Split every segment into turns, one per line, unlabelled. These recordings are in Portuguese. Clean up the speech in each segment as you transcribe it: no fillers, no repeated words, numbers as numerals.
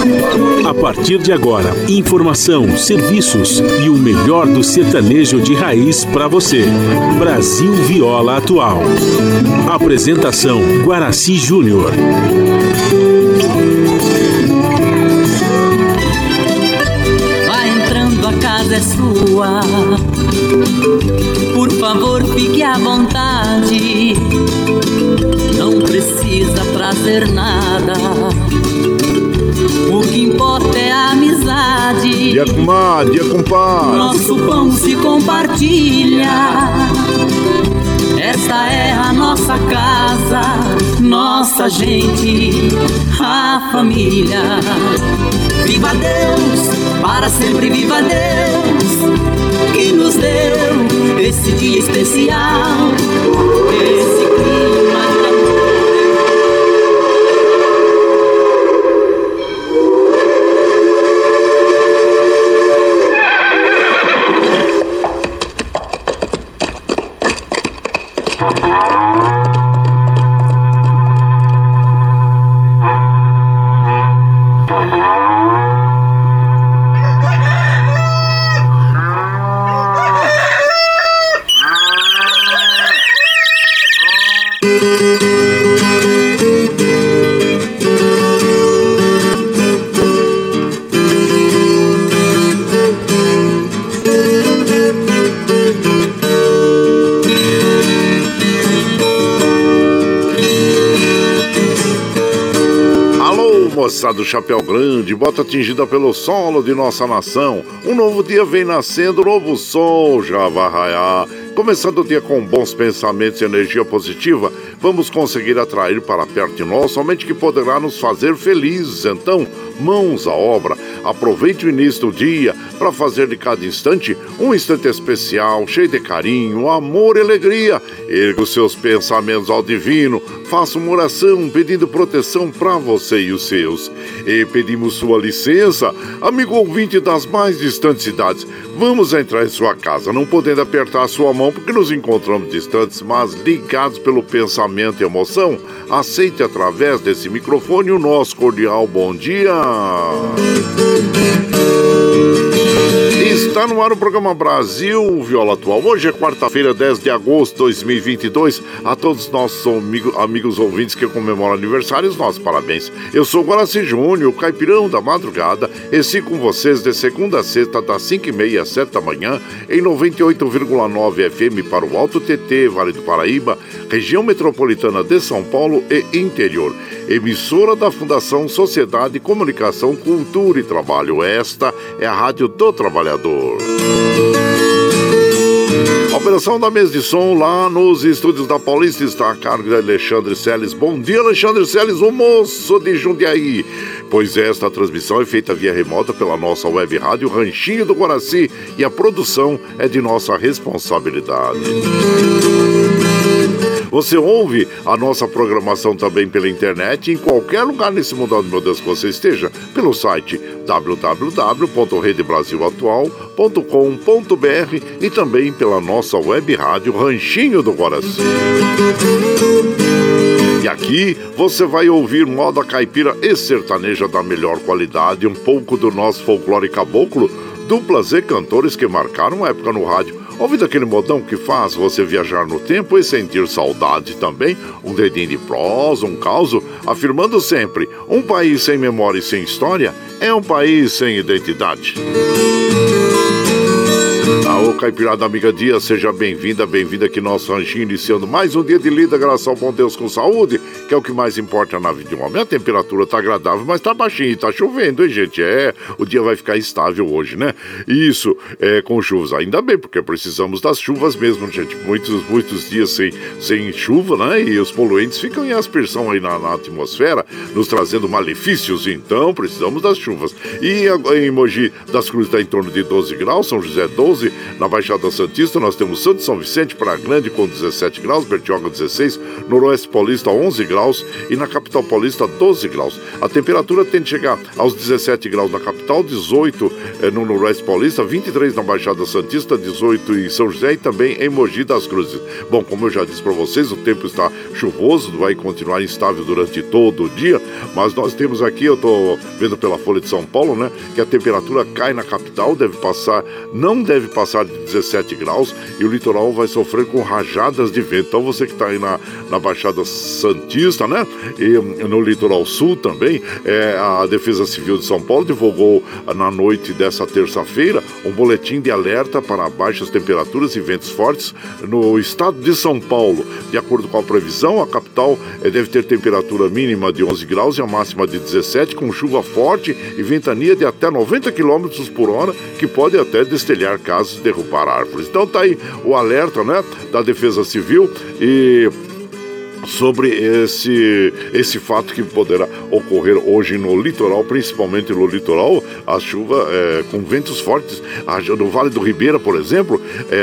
A partir de agora, informação, serviços e o melhor do sertanejo de raiz para você. Brasil Viola Atual. Apresentação Guaraci Júnior.
Vai entrando, a casa é sua. Por favor, fique à vontade. Não precisa trazer nada. O que importa é a amizade.
Dia comadre, dia compadre.
Nosso pão se compartilha. Esta é a nossa casa, nossa gente, a família. Viva Deus, para sempre viva Deus, que nos deu esse dia especial, esse clima de amor.
Do chapéu grande, bota tingida pelo solo de nossa nação. Um novo dia vem nascendo, novo sol já vai raiar. Começando o dia com bons pensamentos e energia positiva, vamos conseguir atrair para perto de nós somente que poderá nos fazer felizes. Então, mãos à obra. Aproveite o início do dia para fazer de cada instante um instante especial, cheio de carinho, amor e alegria. Erga os seus pensamentos ao divino, faça uma oração pedindo proteção para você e os seus. E pedimos sua licença, amigo ouvinte das mais distantes cidades. Vamos entrar em sua casa, não podendo apertar a sua mão porque nos encontramos distantes, mas ligados pelo pensamento e emoção. Aceite através desse microfone o nosso cordial bom dia. Está no ar o programa Brasil Viola Atual. Hoje é quarta-feira, 10 de agosto de 2022. A todos os nossos amigos ouvintes que comemoram aniversários, nossos parabéns. Eu sou o Guaraci Júnior, o caipirão da madrugada, e sigo com vocês de segunda a sexta, das 5h30 às 7 da manhã, em 98,9 FM para o Alto TT, Vale do Paraíba, região metropolitana de São Paulo e interior. Emissora da Fundação Sociedade, Comunicação, Cultura e Trabalho. Esta é a Rádio do Trabalhador. A operação da mesa de som lá nos estúdios da Paulista está a cargo de Alexandre Celes. Bom dia, Alexandre Celes, o moço de Jundiaí. Pois esta transmissão é feita via remota pela nossa web rádio Ranchinho do Guaraci e a produção é de nossa responsabilidade. Você ouve a nossa programação também pela internet, em qualquer lugar nesse mundo, meu Deus, que você esteja, pelo site www.redebrasilatual.com.br e também pela nossa web rádio Ranchinho do Guaraci. E aqui você vai ouvir moda caipira e sertaneja da melhor qualidade, um pouco do nosso folclore caboclo, duplas e cantores que marcaram época no rádio. Ouvindo aquele modão que faz você viajar no tempo e sentir saudade também, um dedinho de prosa, um causo, afirmando sempre, um país sem memória e sem história é um país sem identidade. Ô caipirada amiga dia, seja bem-vinda, bem-vinda aqui no nosso ranchinho, iniciando mais um dia de lida, graças ao bom Deus com saúde, que é o que mais importa na vida de um homem. A temperatura tá agradável, mas tá baixinho, tá chovendo, hein, gente? O dia vai ficar estável hoje, né? Isso, com chuvas, ainda bem, porque precisamos das chuvas mesmo, gente. Muitos dias sem chuva, né? E os poluentes ficam em aspersão aí na atmosfera, nos trazendo malefícios, então precisamos das chuvas. E em Mogi das Cruzes está em torno de 12 graus, São José 12, na Baixada Santista nós temos Santo São Vicente, Praia Grande com 17 graus, Bertioga 16, Noroeste Paulista 11 graus, graus e na capital paulista 12 graus. A temperatura tende a chegar aos 17 graus na capital, 18 no noroeste paulista, 23 na Baixada Santista, 18 em São José e também em Mogi das Cruzes. Bom, como eu já disse para vocês, o tempo está chuvoso, vai continuar instável durante todo o dia, mas nós temos aqui, eu estou vendo pela Folha de São Paulo, né, que a temperatura cai na capital, não deve passar de 17 graus e o litoral vai sofrer com rajadas de vento. Então você que está aí na Baixada Santista, né, e no litoral sul também, a Defesa Civil de São Paulo divulgou na noite dessa terça-feira um boletim de alerta para baixas temperaturas e ventos fortes no estado de São Paulo. De acordo com a previsão, a capital deve ter temperatura mínima de 11 graus e a máxima de 17, com chuva forte e ventania de até 90 km por hora, que pode até destelhar casas e derrubar árvores. Então tá aí o alerta, né, da Defesa Civil e sobre esse fato que poderá ocorrer hoje no litoral, principalmente no litoral, a chuva com ventos fortes. No Vale do Ribeira, por exemplo,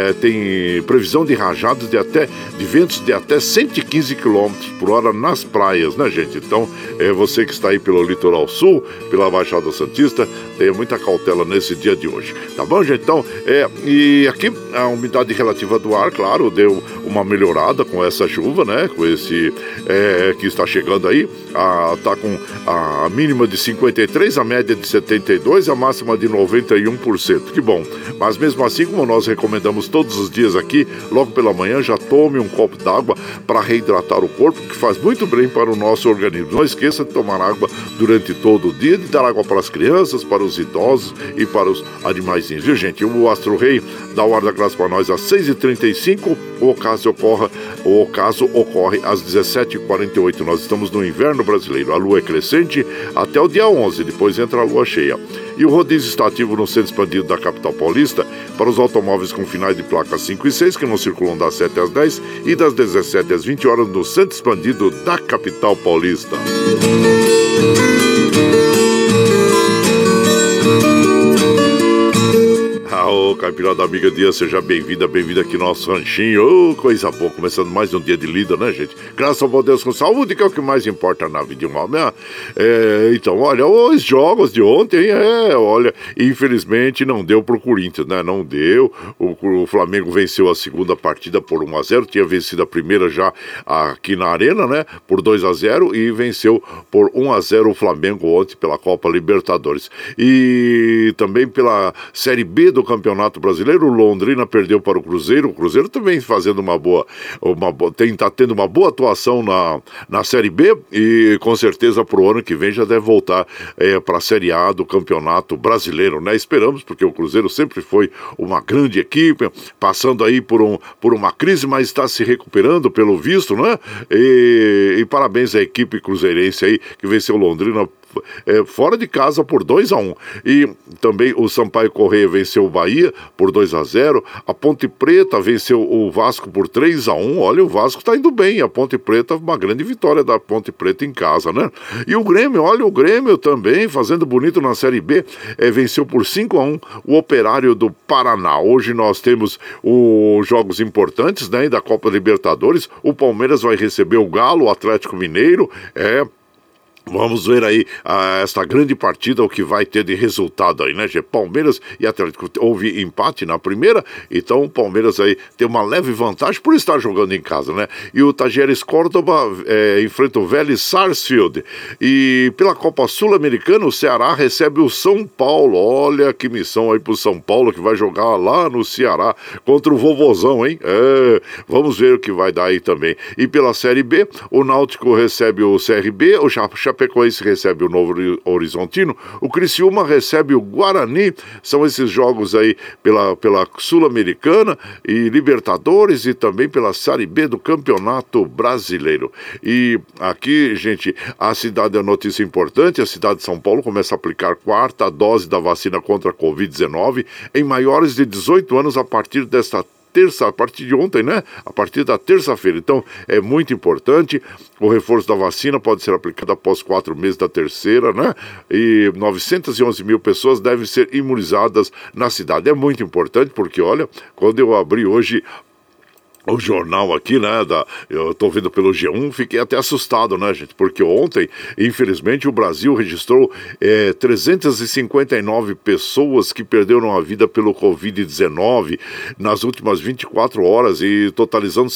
tem previsão de rajadas de ventos de até 115 km por hora nas praias, né, gente? Então, você que está aí pelo litoral sul, pela Baixada Santista, tenha muita cautela nesse dia de hoje, tá bom, gente? Então, e aqui a umidade relativa do ar, claro, deu uma melhorada com essa chuva, né, com esse que está chegando aí, está com a mínima de 53, a média de 72 e a máxima de 91%. Que bom, mas mesmo assim, como nós recomendamos todos os dias aqui, logo pela manhã já tome um copo d'água para reidratar o corpo, que faz muito bem para o nosso organismo. Não esqueça de tomar água durante todo o dia, de dar água para as crianças, para os idosos e para os animaizinhos, viu, gente? O Astro Rei dá o ar da graça para nós às 6h35, o ocaso ocorre às 17h48. Nós estamos no inverno brasileiro. A lua é crescente até o dia 11, depois entra a lua cheia. E o rodízio está ativo no centro expandido da capital paulista para os automóveis com finais de placas 5 e 6 que não circulam das 7 às 10 e das 17 às 20 horas no centro expandido da capital paulista. Ô, Caipira da Amiga Dia, seja bem-vinda aqui no nosso ranchinho. Ô, coisa boa, começando mais um dia de lida, né, gente? Graças ao bom Deus com saúde, que é o que mais importa na vida de um homem. Então, olha, os jogos de ontem, olha, infelizmente não deu pro Corinthians, né? Não deu. O Flamengo venceu a segunda partida por 1-0, tinha vencido a primeira já aqui na Arena, né? Por 2-0 e venceu por 1-0 o Flamengo ontem pela Copa Libertadores. E também pela Série B do Campeonato Brasileiro, o Londrina perdeu para o Cruzeiro. O Cruzeiro também fazendo tá tendo uma boa atuação na Série B e com certeza pro ano que vem já deve voltar para a Série A do Campeonato Brasileiro, né? Esperamos, porque o Cruzeiro sempre foi uma grande equipe, passando aí por uma crise, mas está se recuperando pelo visto, né? E parabéns à equipe cruzeirense aí que venceu o Londrina fora de casa por 2-1. E também o Sampaio Corrêa venceu o Bahia por 2-0. A Ponte Preta venceu o Vasco por 3-1. Olha, o Vasco tá indo bem. A Ponte Preta, uma grande vitória da Ponte Preta em casa, né? E o Grêmio, olha, o Grêmio também fazendo bonito na Série B, venceu por 5-1 o Operário do Paraná. Hoje nós temos os jogos importantes, né, da Copa Libertadores. O Palmeiras vai receber o Galo, o Atlético Mineiro, vamos ver aí esta grande partida, o que vai ter de resultado aí, né, gente? Palmeiras e Atlético, houve empate na primeira, então o Palmeiras aí tem uma leve vantagem por estar jogando em casa, né? E o Tajeres Córdoba enfrenta o Vélez Sarsfield. E pela Copa Sul-Americana, o Ceará recebe o São Paulo. Olha que missão aí pro São Paulo, que vai jogar lá no Ceará contra o Vovozão, hein? Vamos ver o que vai dar aí também. E pela Série B, o Náutico recebe o CRB, o Chapecoense recebe o Novo Horizontino, o Criciúma recebe o Guarani. São esses jogos aí pela Sul-Americana e Libertadores e também pela Série B do Campeonato Brasileiro. E aqui, gente, a notícia importante, a cidade de São Paulo começa a aplicar quarta dose da vacina contra a Covid-19 em maiores de 18 anos a partir a partir de ontem, né? A partir da terça-feira. Então, é muito importante. O reforço da vacina pode ser aplicado após 4 meses da terceira, né? E 911 mil pessoas devem ser imunizadas na cidade. É muito importante porque, olha, quando eu abri hoje o jornal aqui, né, eu tô vendo pelo G1, fiquei até assustado, né, gente, porque ontem, infelizmente, o Brasil registrou 359 pessoas que perderam a vida pelo Covid-19 nas últimas 24 horas e totalizando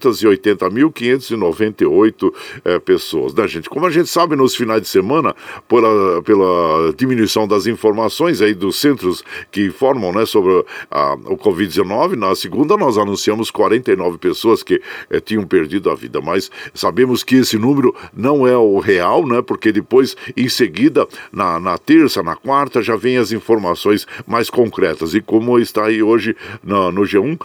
680.598 pessoas, né, gente? Como a gente sabe, nos finais de semana, pela diminuição das informações aí dos centros que informam, né, sobre o Covid-19, na segunda nós anunciamos 49 pessoas que tinham perdido a vida, mas sabemos que esse número não é o real, né? Porque depois, em seguida, na terça, na quarta, já vem as informações mais concretas. E como está aí hoje no G1,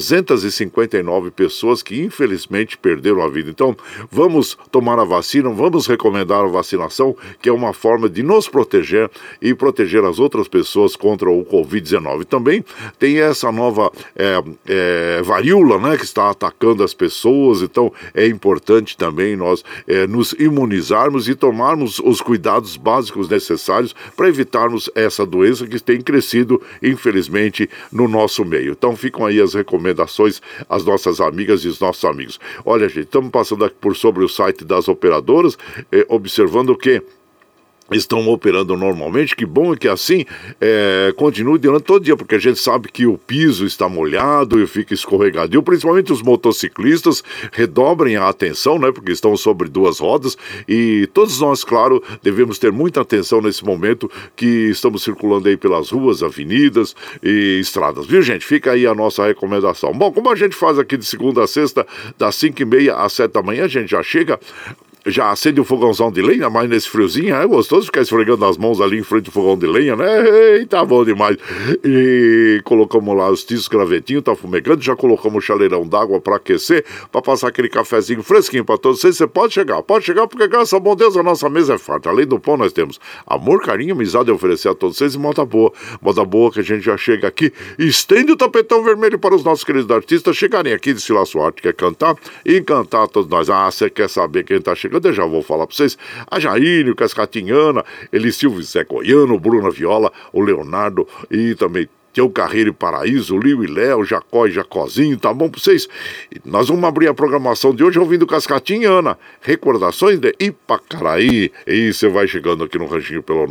359 pessoas que infelizmente perderam a vida. Então, vamos tomar a vacina, vamos recomendar a vacinação, que é uma forma de nos proteger e proteger as outras pessoas contra o Covid-19. Também tem essa nova varíola, né? Que está atacando as pessoas, então é importante também nós nos imunizarmos e tomarmos os cuidados básicos necessários para evitarmos essa doença que tem crescido, infelizmente, no nosso meio. Então ficam aí as recomendações às nossas amigas e os nossos amigos. Olha, gente, estamos passando aqui por sobre o site das operadoras, observando que estão operando normalmente. Que bom que assim continue durante todo dia, porque a gente sabe que o piso está molhado e fica escorregadio, principalmente os motociclistas redobrem a atenção, né, porque estão sobre duas rodas, e todos nós, claro, devemos ter muita atenção nesse momento que estamos circulando aí pelas ruas, avenidas e estradas, viu, gente? Fica aí a nossa recomendação. Bom, como a gente faz aqui de segunda a sexta, das 5h30 às 7 da manhã, a gente já chega, já acende o fogãozão de lenha, mas nesse friozinho é gostoso ficar esfregando as mãos ali em frente ao fogão de lenha, né? Eita, bom demais. E colocamos lá os tiços gravetinhos, tá fumegando, já colocamos o chaleirão d'água para aquecer, para passar aquele cafezinho fresquinho para todos vocês. Você pode chegar, porque graças a bom Deus a nossa mesa é farta. Além do pão nós temos amor, carinho, amizade a oferecer a todos vocês e moda boa que a gente já chega aqui, estende o tapetão vermelho para os nossos queridos artistas chegarem aqui de Silar sua arte, quer cantar e encantar todos nós. Ah, você quer saber quem tá chegando? Eu já vou falar para vocês. A Jair, o Cascatinhana, Eli Silvio Zé Goiano, Bruna Viola, o Leonardo e também Teu Carreiro e Paraíso, o Liu e Léo, Jacó e Jacozinho, tá bom pra vocês? Nós vamos abrir a programação de hoje ouvindo Cascatinhana, recordações de Ipacaraí. E você vai chegando aqui no ranchinho pelo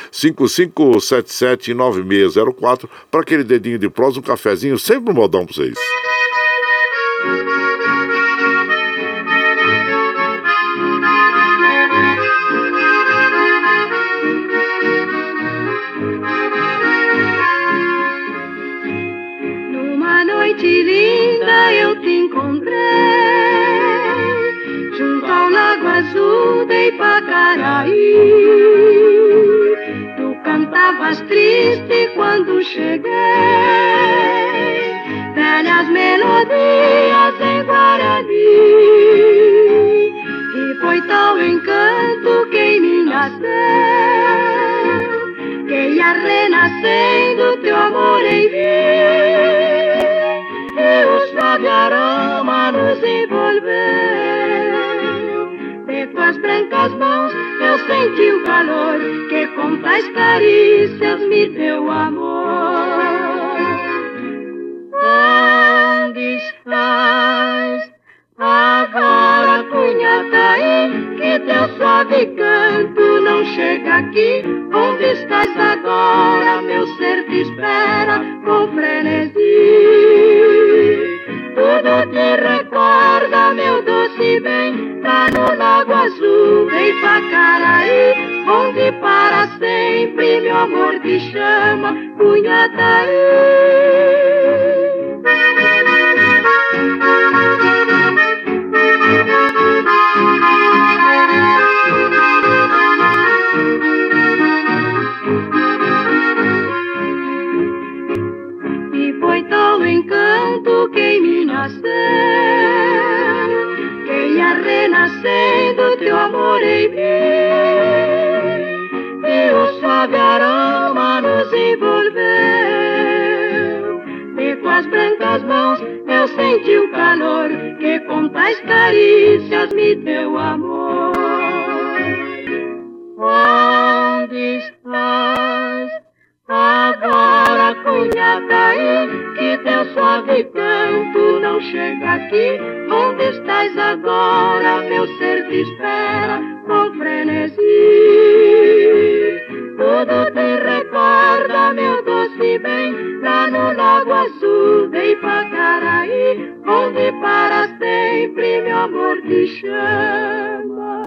955779604 para aquele dedinho de prosa, um cafezinho, sempre um modão pra vocês.
Noite linda eu te encontrei junto ao Lago Azul de Ipacaraí. Tu cantavas triste quando cheguei, velhas melodias em Guarani. E foi tal encanto que em mim nasceu, que ia renascendo teu amor em mim. E o suave aroma nos envolveu, de tuas brancas mãos eu senti o calor que com tais carícias me deu amor. Onde estás agora, Cunhataí, que teu suave canto não chega aqui? Onde estás agora, meu ser te espera com frenesi. Tudo te recorda, meu doce bem, lá no Lago Azul de Ipacaraí, onde para sempre meu amor te chama, Cunhataí. Encanto que em mim nasceu, que ia renascendo teu amor em mim. E o suave aroma nos envolveu, de tuas brancas mãos eu senti o calor que com tais carícias me deu amor. Onde estás agora, Cunhataí, que teu suave canto não chega aqui, onde estás agora? Meu ser te espera com frenesi. Tudo te recorda, meu doce bem, lá no Lago Azul de Ipacaraí, onde para sempre meu amor te chama.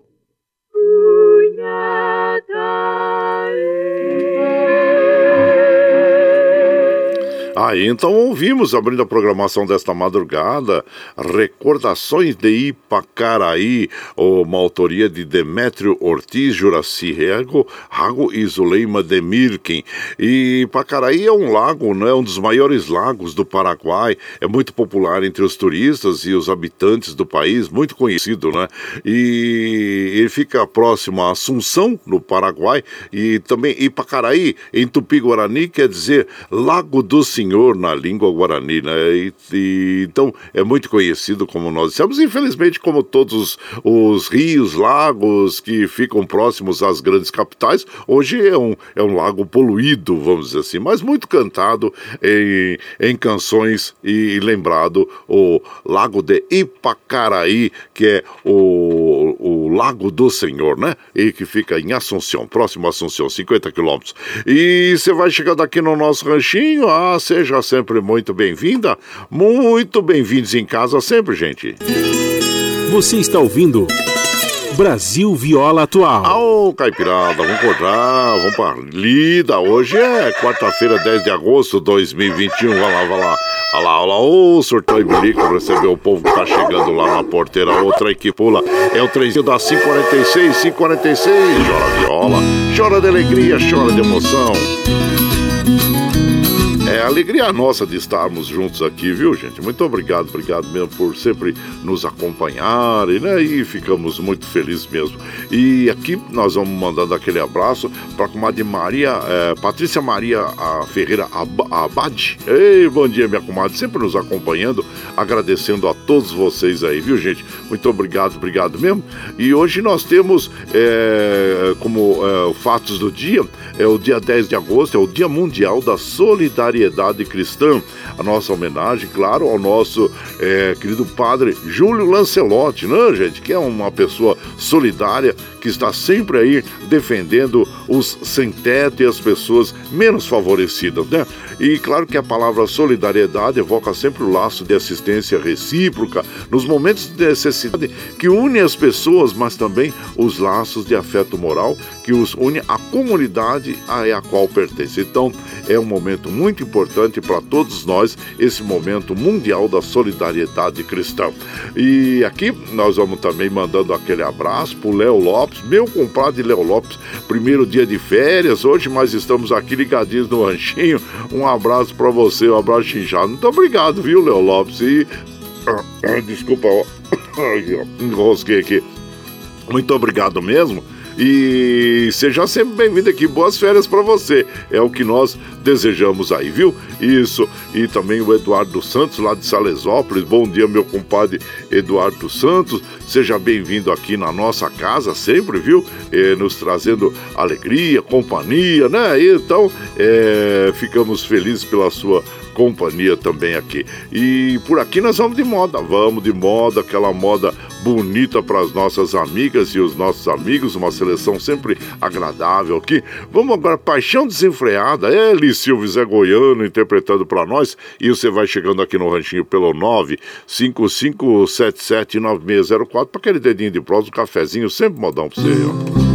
Aí então ouvimos, abrindo a programação desta madrugada, Recordações de Ipacaraí, uma autoria de Demétrio Ortiz, Juraci Rego, Rago e Zuleima Demirken. E Ipacaraí é um lago, né, um dos maiores lagos do Paraguai, é muito popular entre os turistas e os habitantes do país, muito conhecido, né? E ele fica próximo a Assunção, no Paraguai, e também Ipacaraí, em Tupi-Guarani, quer dizer Lago do Senhor, na língua guarani, né? Então é muito conhecido, como nós dissemos, infelizmente, como todos os rios, lagos que ficam próximos às grandes capitais, hoje é um lago poluído, vamos dizer assim, mas muito cantado em canções e lembrado o Lago de Ipacaraí, que é o Lago do Senhor, né? E que fica em Assunção, próximo a Assunção, 50 quilômetros. E você vai chegando aqui no nosso ranchinho, seja sempre muito bem-vinda, muito bem-vindos em casa sempre, gente.
Você está ouvindo Brasil Viola Atual.
Caipirada, vamos acordar, vamos pra lida. Hoje é quarta-feira, 10 de agosto de 2021. Vai lá. Olha lá, o surtão e bilico recebeu o povo que tá chegando lá na porteira. Outra aí que pula é o trenzinho da 546. Chora viola, chora de alegria, chora de emoção. É alegria nossa de estarmos juntos aqui, viu, gente? Muito obrigado mesmo por sempre nos acompanharem, né? E ficamos muito felizes mesmo. E aqui nós vamos mandando aquele abraço para a comadre Patrícia Maria Ferreira Abade. Ei, bom dia, minha comadre, sempre nos acompanhando, agradecendo a todos vocês aí, viu, gente? Muito obrigado mesmo. E hoje nós temos como fatos do dia, é o dia 10 de agosto, é o Dia Mundial da Solidariedade Cristã. A nossa homenagem, claro, ao nosso querido padre Júlio Lancelotti, né, gente? Que é uma pessoa solidária, que está sempre aí defendendo os sem-teto e as pessoas menos favorecidas, né? E claro que a palavra solidariedade evoca sempre o laço de assistência recíproca nos momentos de necessidade que une as pessoas, mas também os laços de afeto moral que os une à comunidade a qual pertence. Então, é um momento muito importante para todos nós, esse momento mundial da solidariedade cristã. E aqui nós vamos também mandando aquele abraço pro Léo Lopes, meu compadre Léo Lopes, primeiro dia de férias hoje, mas estamos aqui ligadinhos no ranchinho. Um abraço para você, um abraço chinchado. Muito obrigado, viu, Léo Lopes? E desculpa, enrosquei aqui. Muito obrigado mesmo. E seja sempre bem-vindo aqui, boas férias para você, é o que nós desejamos aí, viu? Isso, e também o Eduardo Santos, lá de Salesópolis. Bom dia, meu compadre Eduardo Santos, seja bem-vindo aqui na nossa casa sempre, viu? Nos trazendo alegria, companhia, né? Então, ficamos felizes pela sua companhia também aqui. E por aqui nós vamos de moda, aquela moda bonita para as nossas amigas e os nossos amigos, uma seleção sempre agradável aqui. Vamos agora, Paixão Desenfreada, Eli Silva Zé Goiano interpretando para nós, e você vai chegando aqui no ranchinho pelo 955779604 para aquele dedinho de prosa, um cafezinho, sempre modão para você, ó.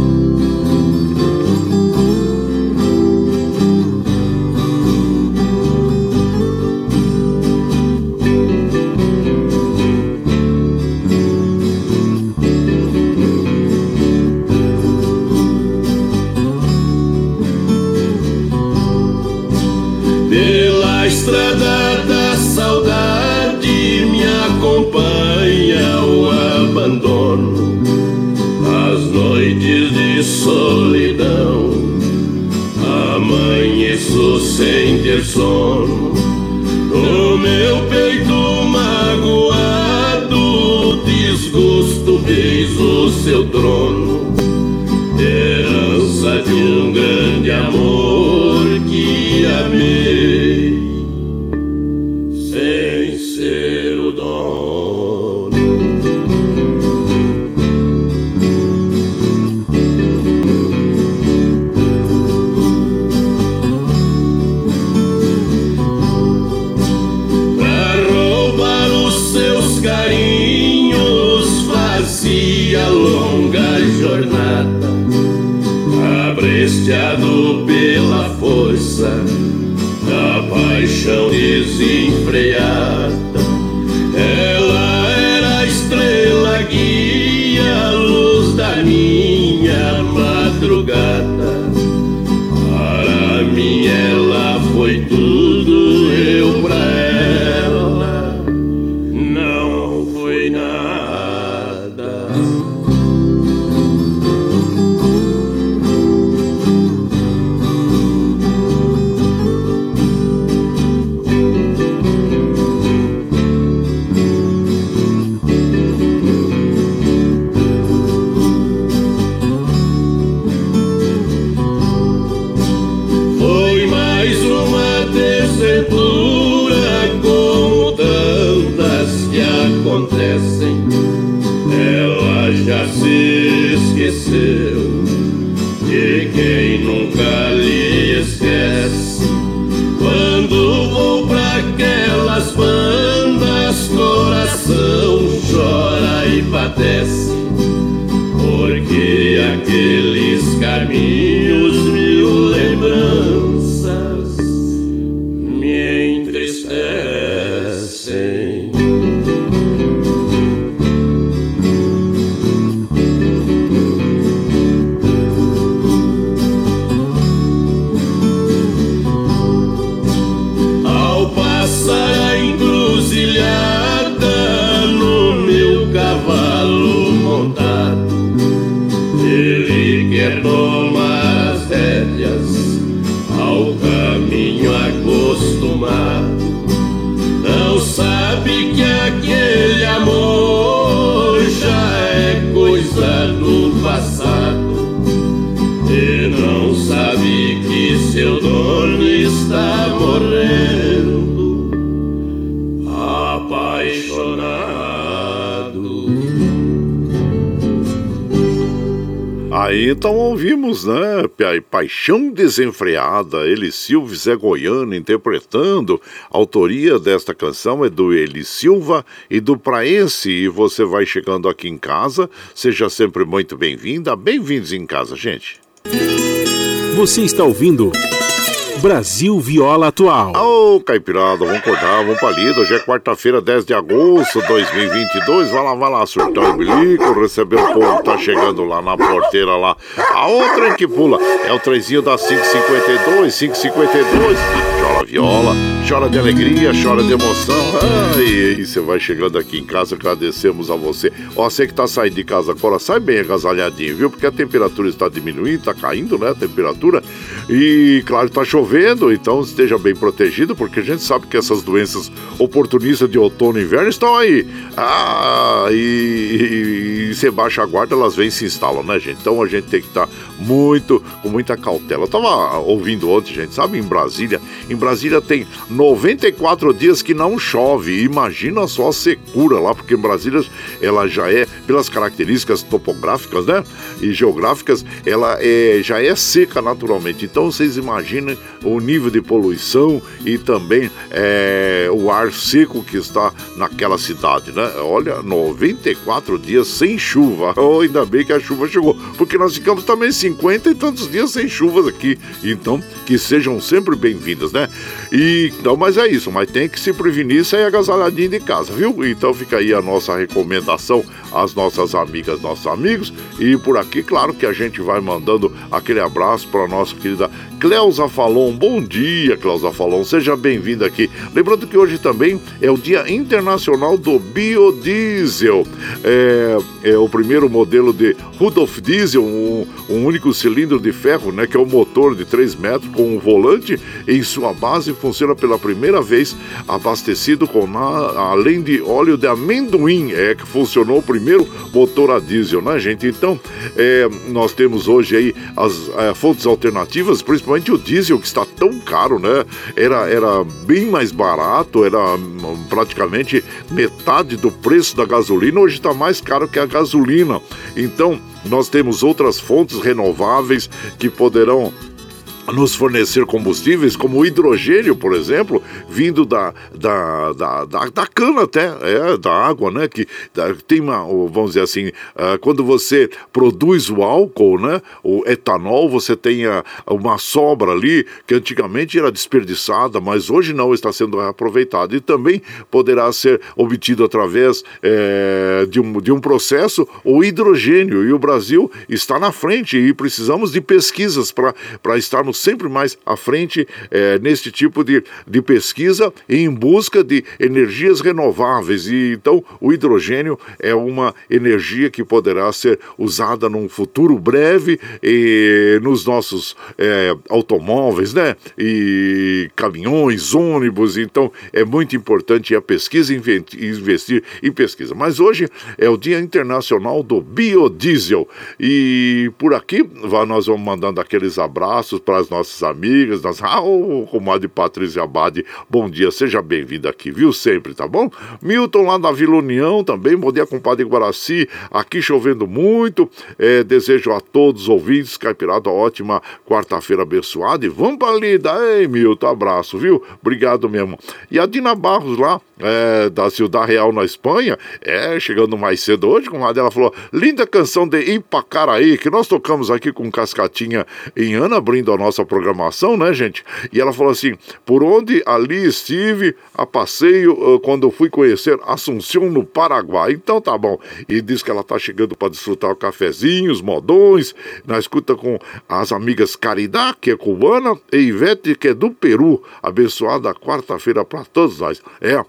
Solidão, amanheço sem ter sono, no meu peito magoado, desgosto fez o seu trono, herança de um grande amor que amei, sem ser o levado pela força da paixão desenfreada. Ela era a estrela guia, a luz da minha madrugada. Para mim ela foi tudo, eu pra ela não fui nada. Foi mais uma desventura como tantas que acontecem. Ela já se esqueceu de quem nunca lhe esquece. Quando vou pra aquelas bandas, coração chora e padece, porque aqueles caminhos, mil lembranças me entristecem. Ao passar a encruzilhada no meu cavalo montado, ele quer tomar as rédeas ao caminho acostumado. Não sabe que aquele amor já é coisa do passado, e não sabe que seu dono está morrendo apaixonado.
Aí então ouvimos, né? Paixão Desenfreada, Eli Silva e Zé Goiano interpretando. A autoria desta canção é do Eli Silva e do Praense. E você vai chegando aqui em casa, seja sempre muito bem-vinda. Bem-vindos em casa, gente.
Você está ouvindo Brasil Viola Atual.
Ô, Caipirada, vamos acordar, vamos pra lida. Hoje é quarta-feira, 10 de agosto de 2022. Vai lá, surtar o bilico, receber o povo que tá chegando lá na porteira lá. A outra que pula é o trenzinho da 552, 552. Chora viola, chora de alegria, chora de emoção. E você vai chegando aqui em casa, agradecemos a você. Ó, você que tá saindo de casa agora, sai bem agasalhadinho, viu? Porque a temperatura está diminuindo, tá caindo, né, a temperatura. E, claro, tá chovendo, então esteja bem protegido, porque a gente sabe que essas doenças oportunistas de outono e inverno estão aí. E você baixa a guarda, elas vêm e se instalam, né, gente? Então a gente tem que estar com muita cautela. Eu tava ouvindo ontem, gente, sabe, em Brasília tem 94 dias que não chove. Imagina só a secura lá, porque em Brasília ela já é, pelas características topográficas, né, e geográficas, ela já é seca naturalmente. Então vocês imaginem o nível de poluição e também o ar seco que está naquela cidade, né? Olha, 94 dias sem chuva. Oh, ainda bem que a chuva chegou, porque nós ficamos também 50 e tantos dias sem chuvas aqui. Então, que sejam sempre bem-vindas, né? Então, mas é isso, mas tem que se prevenir, sair agasalhadinho de casa, viu? Então fica aí a nossa recomendação às nossas amigas, nossos amigos. E por aqui, claro que a gente vai mandando aquele abraço para a nossa querida Cleusa Falon. Bom dia, Cleusa Falon, seja bem-vinda aqui. Lembrando que hoje também é o Dia Internacional do Biodiesel. É o primeiro modelo de Rudolf Diesel, um único cilindro de ferro, né, que é um motor de 3 metros com um volante em sua base, funciona pela primeira vez abastecido com além de óleo de amendoim, que funcionou o primeiro motor a diesel, né, gente? Então, nós temos hoje aí as fontes alternativas, principalmente o diesel, que está tão caro, né? Era bem mais barato, era praticamente metade do preço da gasolina, hoje está mais caro que a gasolina. Então, nós temos outras fontes renováveis que poderão nos fornecer combustíveis, como o hidrogênio, por exemplo, vindo da cana até, da água, né? Que tem vamos dizer assim, quando você produz o álcool, né? O etanol, você tem uma sobra ali, que antigamente era desperdiçada, mas hoje não está sendo reaproveitada. E também poderá ser obtido através de um processo, o hidrogênio. E o Brasil está na frente e precisamos de pesquisas para estarmos sempre mais à frente neste tipo de pesquisa em busca de energias renováveis. E então o hidrogênio é uma energia que poderá ser usada num futuro breve nos nossos automóveis, né? E caminhões, ônibus. Então é muito importante a pesquisa, investir em pesquisa. Mas hoje é o Dia Internacional do Biodiesel e por aqui nós vamos mandando aqueles abraços para as nossas amigas, comadre Patrícia Abade, bom dia, seja bem-vinda aqui, viu, sempre, tá bom? Milton lá da Vila União também, bom dia, compadre Guaraci, aqui chovendo muito, desejo a todos os ouvintes, Caipirada, ótima quarta-feira abençoada e vamos pra lida, ei Milton, abraço, viu? Obrigado mesmo. E a Dina Barros lá, da Ciudad Real na Espanha, chegando mais cedo hoje, comadre, ela falou, linda canção de Ipacaraí, que nós tocamos aqui com Cascatinha em Ana, abrindo a nossa programação, né, gente? E ela falou assim, por onde ali estive a passeio quando eu fui conhecer Assunção no Paraguai. Então tá bom. E diz que ela tá chegando para desfrutar o cafezinho, os modões, na escuta com as amigas Caridad, que é cubana, e Ivete, que é do Peru. Abençoada quarta-feira para todos nós.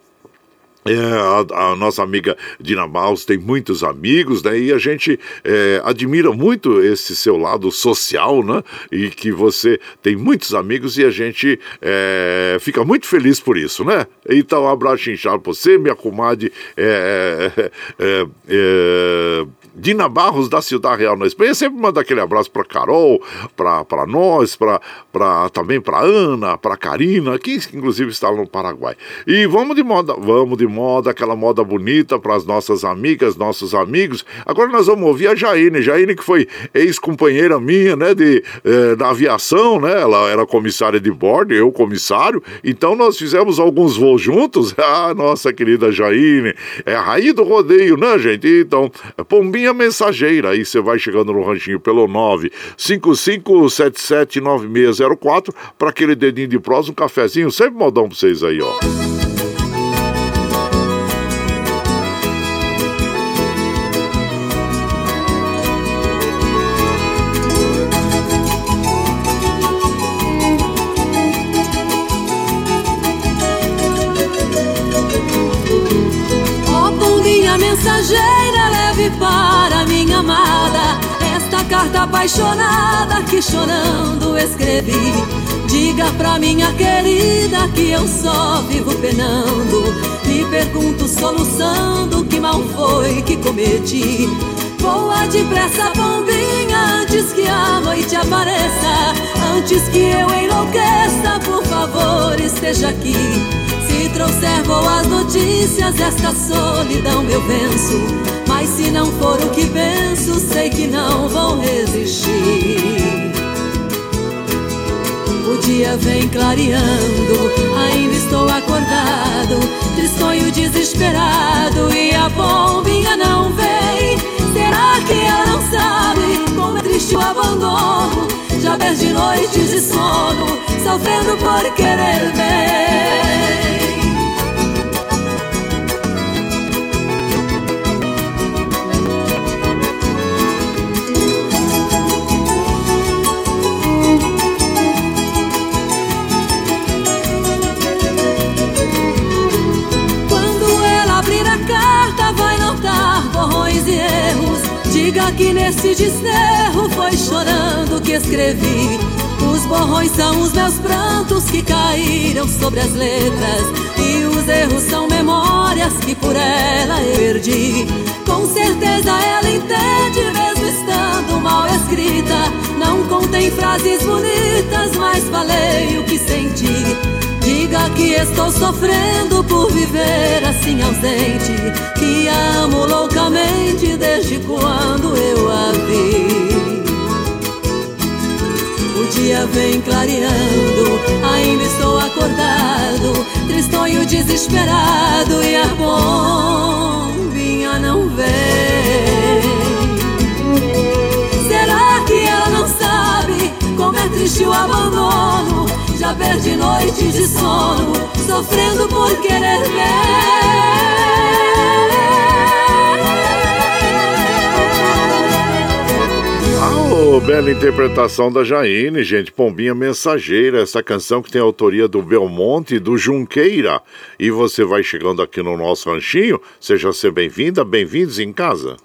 A nossa amiga Dina Maus tem muitos amigos, né? E a gente admira muito esse seu lado social, né? E que você tem muitos amigos e a gente fica muito feliz por isso, né? Então, um abraço inchado pra você, minha comadre Dina Barros da Ciudad Real na Espanha. Sempre manda aquele abraço pra Carol, pra nós, também pra Ana, pra Karina, que inclusive está no Paraguai. E vamos de moda, aquela moda bonita para as nossas amigas, nossos amigos. Agora nós vamos ouvir a Jaine que foi ex-companheira minha, né, da aviação, né, ela era comissária de bordo, eu comissário, então nós fizemos alguns voos juntos. Nossa querida Jaine, é a rainha do rodeio, né, gente? Então, Pombinha Mensageira, aí você vai chegando no ranchinho pelo 955779604 para aquele dedinho de prosa, um cafezinho, sempre modão pra vocês aí, ó.
Mensageira, leve para minha amada esta carta apaixonada que chorando escrevi. Diga pra minha querida que eu só vivo penando. Me pergunto soluçando que mal foi que cometi. Voa depressa, pombinha, antes que a noite apareça, antes que eu enlouqueça, por favor esteja aqui. Se trouxer boas notícias, esta solidão eu venço. Mas se não for o que penso, sei que não vou resistir. O dia vem clareando, ainda estou acordado, tristonho desesperado e a pombinha não vem. Será que ela não sabe como é triste o abandono? Já perdi noites de sono, sofrendo por querer bem. Borrões e erros, diga que nesse desterro foi chorando que escrevi. Os borrões são os meus prantos que caíram sobre as letras, e os erros são memórias que por ela eu perdi. Com certeza ela entende, mesmo estando mal escrita. Não contém frases bonitas, mas falei o que senti. Diga que estou sofrendo por viver assim ausente, que a amo loucamente desde quando eu a vi. O dia vem clareando, ainda estou acordado, tristonho desesperado, e a bombinha não vem. Será que ela não sabe como é triste o abandono? Já perdi noites de sono, sofrendo por querer ver.
Bela interpretação da Jaine, gente. Pombinha Mensageira, essa canção que tem a autoria do Belmonte e do Junqueira. E você vai chegando aqui no nosso ranchinho, seja bem-vinda, bem-vindos em casa.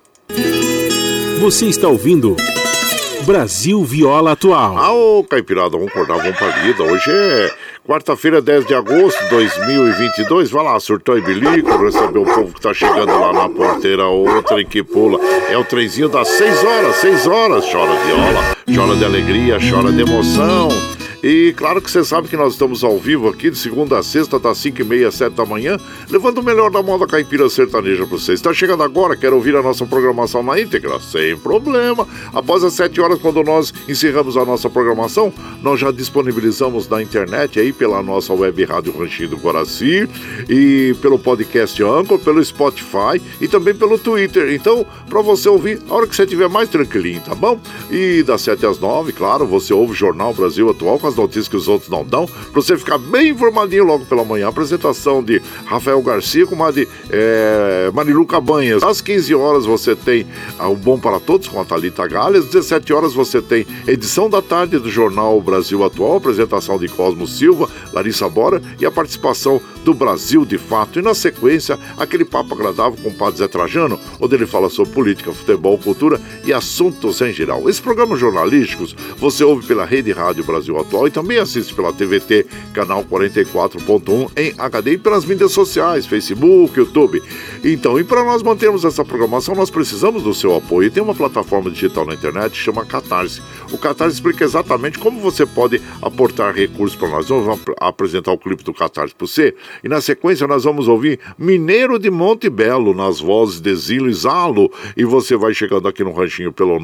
Você está ouvindo Brasil Viola Atual.
Ô, Caipirada, vamos acordar, vamos pra vida. Hoje é quarta-feira, 10 de agosto de 2022. Vai lá, surtou e bilico, receber o povo que tá chegando lá na porteira. Outra que pula. É o trenzinho das 6 horas, 6 horas. Chora viola, chora de alegria, chora de emoção. E claro que você sabe que nós estamos ao vivo aqui de segunda a sexta, das 5h30 às 7 da manhã, levando o melhor da moda caipira sertaneja para você. Está chegando agora, quer ouvir a nossa programação na íntegra? Sem problema. Após as 7 horas, quando nós encerramos a nossa programação, nós já disponibilizamos na internet aí pela nossa web rádio Ranchinho do Guaraci e pelo podcast Anchor, pelo Spotify e também pelo Twitter. Então, para você ouvir a hora que você estiver mais tranquilinho, tá bom? E das 7 às 9, claro, você ouve o Jornal Brasil Atual com as notícias que os outros não dão, pra você ficar bem informadinho logo pela manhã. A apresentação de Rafael Garcia com uma de Marilu Cabanhas. Às 15 horas você tem o Bom para Todos com a Thalita Galha. Às 17 horas você tem edição da tarde do Jornal Brasil Atual, apresentação de Cosmo Silva, Larissa Bora e a participação do Brasil de Fato. E na sequência, aquele papo agradável com o Padre Zé Trajano, onde ele fala sobre política, futebol, cultura e assuntos em geral. Esses programas jornalísticos você ouve pela Rede Rádio Brasil Atual e também assiste pela TVT, canal 44.1 em HD e pelas mídias sociais, Facebook, YouTube. Então, e para nós mantermos essa programação, nós precisamos do seu apoio. E tem uma plataforma digital na internet que chama Catarse. O Catarse explica exatamente como você pode aportar recursos para nós. Vamos apresentar o clipe do Catarse para você. E na sequência nós vamos ouvir Mineiro de Monte Belo, nas vozes de Zilo e Zalo. E você vai chegando aqui no ranchinho pelo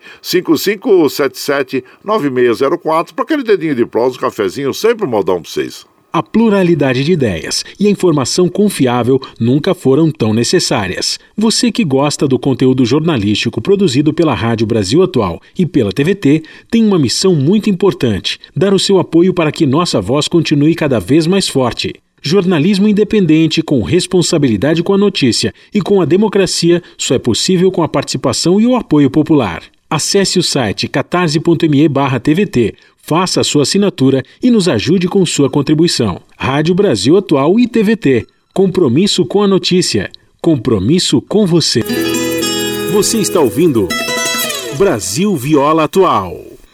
955779604 para aquele dedinho de prosa, um cafezinho, sempre um modão para vocês.
A pluralidade de ideias e a informação confiável nunca foram tão necessárias. Você que gosta do conteúdo jornalístico produzido pela Rádio Brasil Atual e pela TVT tem uma missão muito importante: dar o seu apoio para que nossa voz continue cada vez mais forte. Jornalismo independente, com responsabilidade com a notícia e com a democracia, só é possível com a participação e o apoio popular. Acesse o site catarse.me/TVT, faça a sua assinatura e nos ajude com sua contribuição. Rádio Brasil Atual e TVT. Compromisso com a notícia. Compromisso com você. Você está ouvindo Brasil Viola Atual.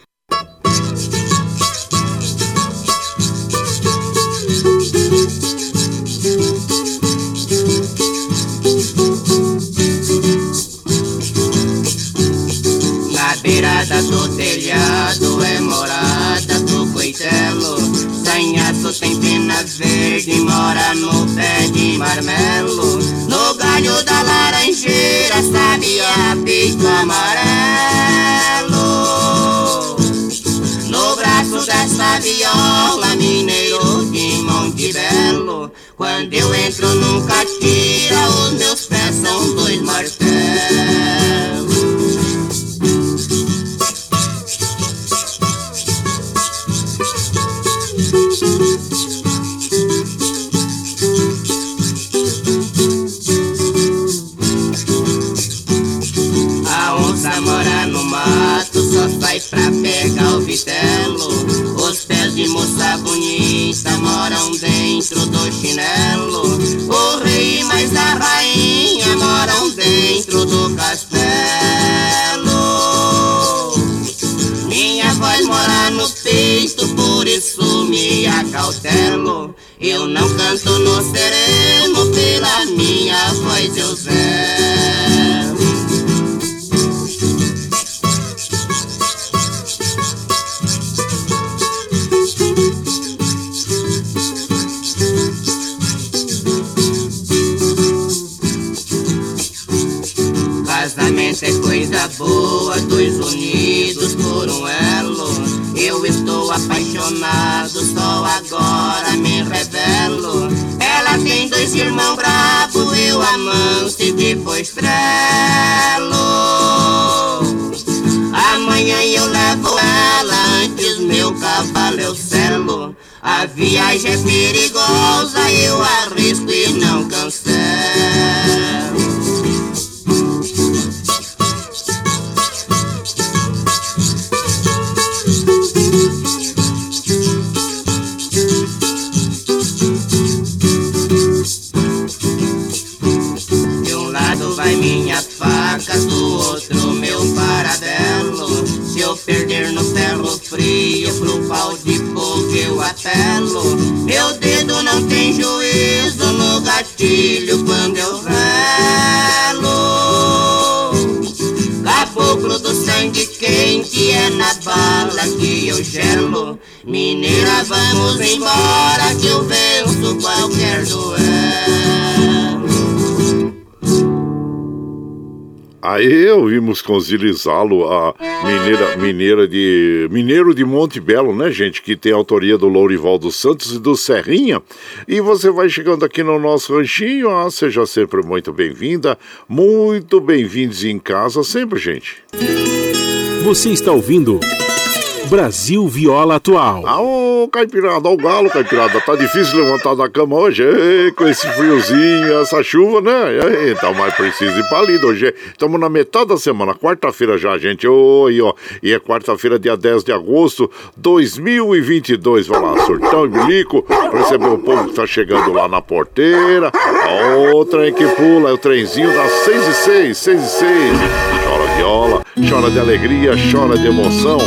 Beirada do telhado é morada do coitelo. Sanhaço tem penas verdes, mora no pé de marmelo. No galho da laranjeira, sabia peito amarelo. No braço dessa viola, mineiro de Monte Belo. Quando eu entro nunca tira, os meus pés são 2 martelos. Sai pra pegar o vitelo. Os pés de moça bonita moram dentro do chinelo. O rei mais a rainha moram dentro do castelo. Minha voz mora no peito, por isso me acautelo. Eu não canto no sereno, pela minha voz eu zelo. Casamento é coisa boa, 2 unidos por um elo. Eu apaixonado, só agora me revelo. Ela tem 2 irmãos bravos, eu amanso e depois trelo. Amanhã eu levo ela, antes meu cavalo eu selo. A viagem é perigosa, eu arrisco e não cancelo. De um lado vai minha faca, do outro meu paradelo. Se eu perder no ferro frio, pro pau de fogo eu apelo. Meu dedo não tem juízo no gatilho quando eu relo. Caboclo do sangue quente, é na bala que eu gelo. Mineira, vamos embora que eu venço qualquer duelo.
Aí ouvimos com Zilizalo a Mineiro de Monte Belo, né, gente? Que tem a autoria do Lourival dos Santos e do Serrinha. E você vai chegando aqui no nosso ranchinho, seja sempre muito bem-vinda, muito bem-vindos em casa sempre, gente.
Você está ouvindo Brasil Viola Atual.
Ô Caipirada, o galo, Caipirada, tá difícil levantar da cama hoje, ei, com esse friozinho, essa chuva, né? Tá mais preciso ir pra lida hoje. Estamos na metade da semana, quarta-feira já, gente. Oi, ó. E é quarta-feira, dia 10 de agosto, 2022. Vai lá, Surtão e Bilico, pra receber o povo que tá chegando lá na porteira. O trem que pula, é o trenzinho das 6h06, 6h06. Chora viola, chora de alegria, chora de emoção.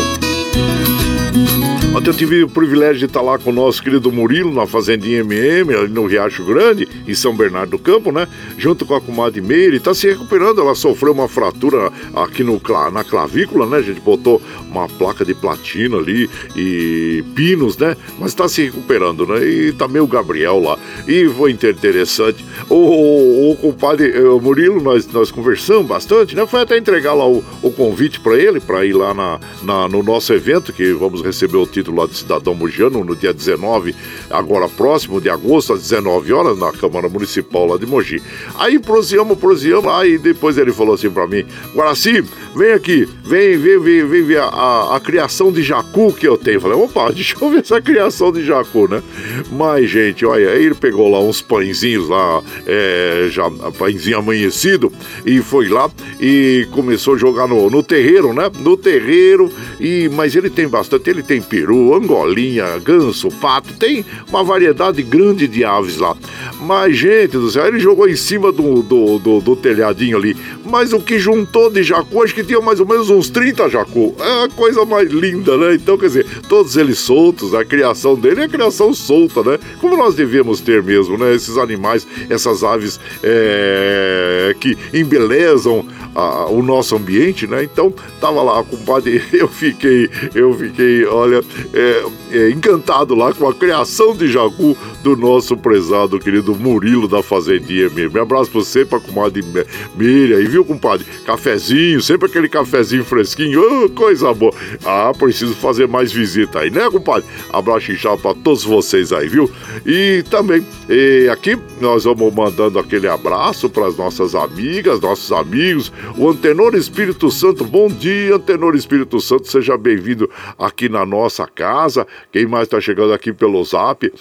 Ontem eu tive o privilégio de estar lá com o nosso querido Murilo na Fazendinha MM, ali no Riacho Grande, em São Bernardo do Campo, né? Junto com a comadre Meire, está se recuperando. Ela sofreu uma fratura aqui na clavícula, né? A gente botou uma placa de platina ali e pinos, né? Mas está se recuperando, né? E também o Gabriel lá. E foi interessante. O compadre Murilo, nós conversamos bastante, né? Foi até entregar lá o convite para ele, para ir lá no nosso evento, que vamos receber o título lá de cidadão mogiano no dia 19, agora próximo de agosto, às 19 horas, na Câmara Municipal lá de Mogi. Aí proseamos, aí depois ele falou assim pra mim: Guaraci, vem aqui, vem ver a criação de jacu que eu tenho. Eu falei: opa, deixa eu ver essa criação de jacu, né? Mas, gente, olha, aí ele pegou lá uns pãezinhos lá, já pãezinho amanhecido, e foi lá e começou a jogar no terreiro, né? No terreiro, mas ele tem bastante, ele tem peru, angolinha, ganso, pato, tem uma variedade grande de aves lá. Mas, gente do céu, ele jogou em cima do telhadinho ali, mas o que juntou de jacu, acho que tinha mais ou menos uns 30 jacu. É a coisa mais linda, né? Então, quer dizer, todos eles soltos, a criação dele é a criação solta, né? Como nós devemos ter mesmo, né? Esses animais, essas aves que embelezam o nosso ambiente, né? Então, tava lá, compadre, eu fiquei, olha, encantado lá com a criação de jacu do nosso prezado querido Murilo da Fazendinha mesmo. Um abraço pra você, pra comadre Miriam aí, viu, compadre? Cafezinho, sempre aquele cafezinho fresquinho, coisa boa. Preciso fazer mais visita aí, né, compadre? Abraço inchado pra todos vocês aí, viu? E também, aqui nós vamos mandando aquele abraço pras nossas amigas, nossos amigos, o Antenor Espírito Santo. Bom dia, Antenor Espírito Santo, seja bem-vindo aqui na nossa casa. Quem mais tá chegando aqui pelo Zap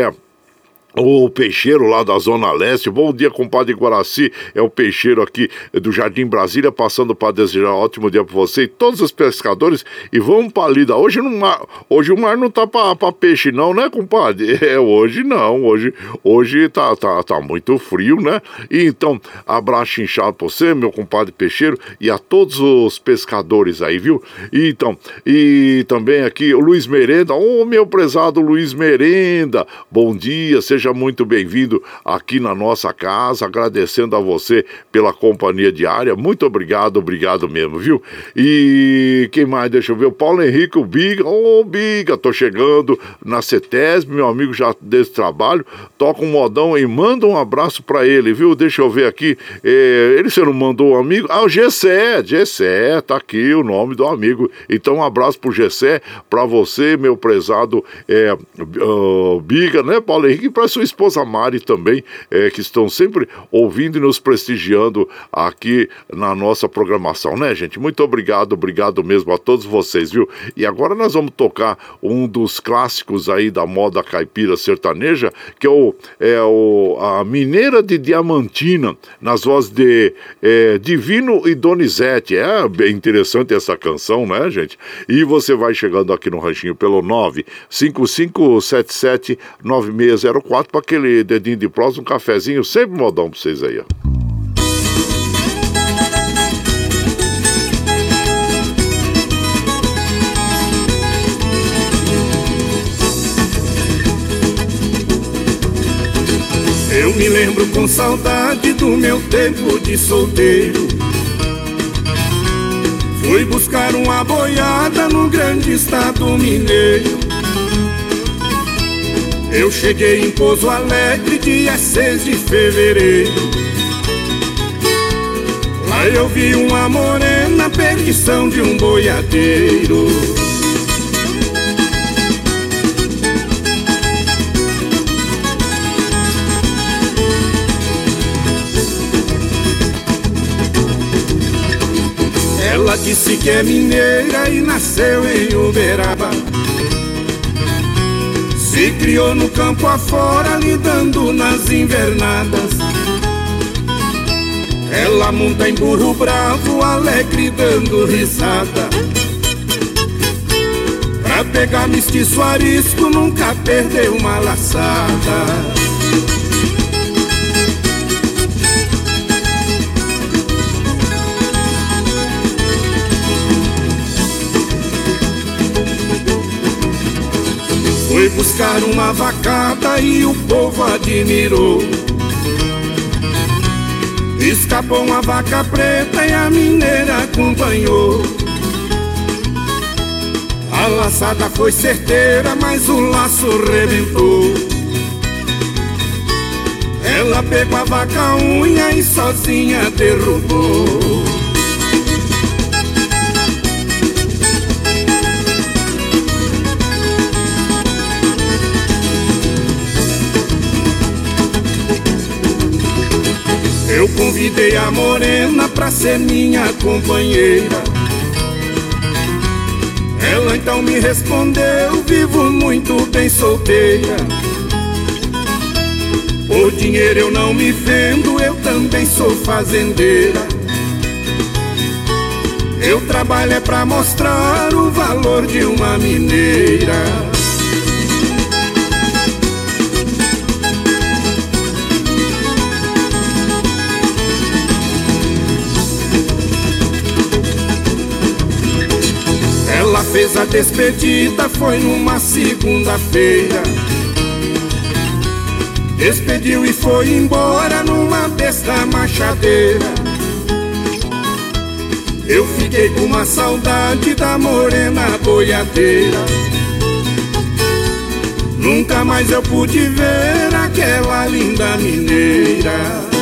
o Peixeiro lá da Zona Leste. Bom dia, compadre Guaraci. É o Peixeiro aqui do Jardim Brasília, passando para desejar um ótimo dia para você e todos os pescadores. E vamos pra lida. Hoje o mar não tá pra peixe não, né, compadre? Hoje não. Hoje tá muito frio, né? E então, abraço inchado pra você, meu compadre Peixeiro, e a todos os pescadores aí, viu? E então, e também aqui o Luiz Merenda. Meu prezado Luiz Merenda. Bom dia, seja seja muito bem-vindo aqui na nossa casa, agradecendo a você pela companhia diária. Muito obrigado mesmo, viu? E quem mais? Deixa eu ver, o Paulo Henrique, o Biga. Ô, Biga, tô chegando na CETESB, meu amigo já desse trabalho, toca um modão e manda um abraço pra ele, viu? Deixa eu ver aqui, você não mandou um amigo? Ah, o Gessé, tá aqui o nome do amigo. Então um abraço pro Gessé, pra você, meu prezado Biga, né, Paulo Henrique, e pra sua esposa Mari também, que estão sempre ouvindo e nos prestigiando aqui na nossa programação, né, gente? Muito obrigado mesmo a todos vocês, viu? E agora nós vamos tocar um dos clássicos aí da moda caipira sertaneja, que é a Mineira de Diamantina, nas vozes de Divino e Donizete. É bem interessante essa canção, né, gente? E você vai chegando aqui no ranchinho pelo 955779604 para aquele dedinho de prosa, um cafezinho, sempre modão pra vocês aí, ó.
Eu me lembro com saudade do meu tempo de solteiro. Fui buscar uma boiada no grande estado mineiro. Eu cheguei em Pouso Alegre dia 6 de fevereiro. Lá eu vi uma morena, perdição de um boiadeiro. Ela disse que é mineira e nasceu em Uberaba. Se criou no campo afora, lidando nas invernadas. Ela monta em burro bravo, alegre dando risada. Pra pegar mestiço arisco, nunca perdeu uma laçada. Foi buscar uma vacada e o povo admirou. Escapou uma vaca preta e a mineira acompanhou. A laçada foi certeira, mas o laço rebentou. Ela pegou a vaca unha e sozinha derrubou. Eu convidei a morena pra ser minha companheira. Ela então me respondeu: vivo muito bem solteira. Por dinheiro eu não me vendo, eu também sou fazendeira. Eu trabalho é pra mostrar o valor de uma mineira. Ela fez a despedida, foi numa segunda-feira. Despediu e foi embora numa besta machadeira. Eu fiquei com uma saudade da morena boiadeira. Nunca mais eu pude ver aquela linda mineira.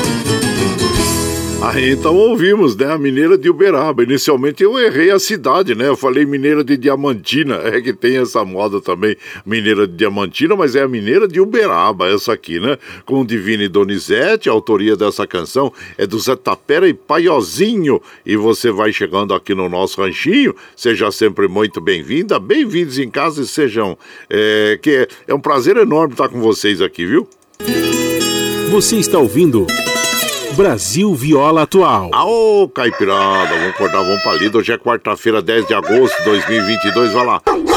Aí então ouvimos, né, a Mineira de Uberaba. Inicialmente eu errei a cidade, né, eu falei Mineira de Diamantina, é que tem essa moda também, Mineira de Diamantina, mas é a Mineira de Uberaba, essa aqui, né, com Divino e Donizete. A autoria dessa canção é do Zé Tapera e Paiozinho. E você vai chegando aqui no nosso ranchinho, seja sempre muito bem-vinda, bem-vindos em casa e sejam, que é um prazer enorme estar com vocês aqui, viu?
Você está ouvindo Brasil Viola Atual.
Aô, caipirada, vamos acordar, vamos pra lida. Hoje é quarta-feira, 10 de agosto de 2022. Vai lá,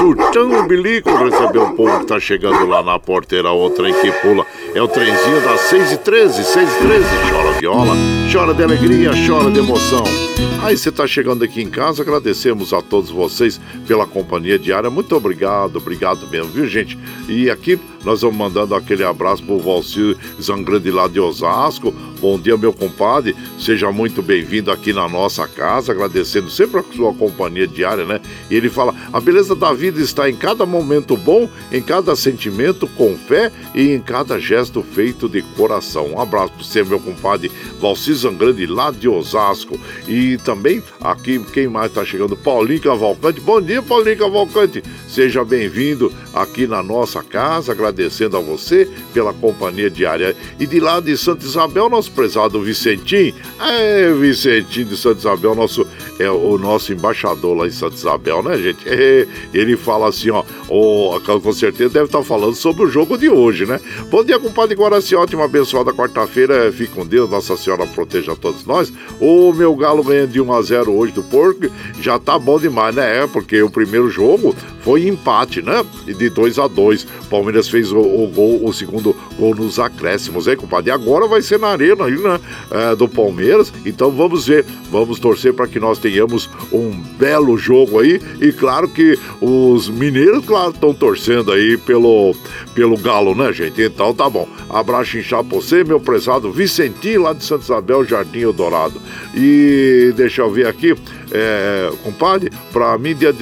surtando o bilico, receber o povo que tá chegando lá na porteira, o trem que pula. É o trenzinho das 6h13, 6h13. Chora viola, chora de alegria, chora de emoção. Aí você tá chegando aqui em casa, agradecemos a todos vocês pela companhia diária. Muito obrigado, obrigado mesmo, viu, gente? E aqui nós vamos mandando aquele abraço pro Valcir Zangrande lá de Osasco. Bom dia, meu compadre. Seja muito bem-vindo aqui na nossa casa, agradecendo sempre a sua companhia diária, né? E ele fala, a beleza da vida está em cada momento bom, em cada sentimento com fé e em cada gesto feito de coração. Um abraço para você, meu compadre Valcir Zangrande lá de Osasco. E também aqui, quem mais está chegando? Paulinho Cavalcante. Bom dia, Paulinho Cavalcante. Seja bem-vindo aqui na nossa casa, agradecendo a você pela companhia diária. E de lá de Santa Isabel, nosso prezado Vicentinho. Vicentinho de Santa Isabel, o nosso embaixador lá em Santa Isabel, né, gente? Ele fala assim, ó, com certeza deve estar falando sobre o jogo de hoje, né? Bom dia, compadre Guaraci, ótima, abençoada quarta-feira, fique com Deus, Nossa Senhora proteja todos nós. O meu Galo ganha de 1-0 hoje do Porco, já tá bom demais, né? Porque o primeiro jogo foi empate, né? E de 2-2. Palmeiras fez o segundo gol nos acréscimos, hein, compadre? E agora vai ser na arena aí, né? Do Palmeiras. Então vamos ver, vamos torcer para que nós tenhamos um belo jogo aí. E claro que os mineiros, claro, estão torcendo aí pelo Galo, né, gente? Então tá bom. Abraço inchado pra você, meu prezado Vicentinho lá de Santa Isabel, Jardim Eldorado. E deixa eu ver aqui, compadre, pra mim dia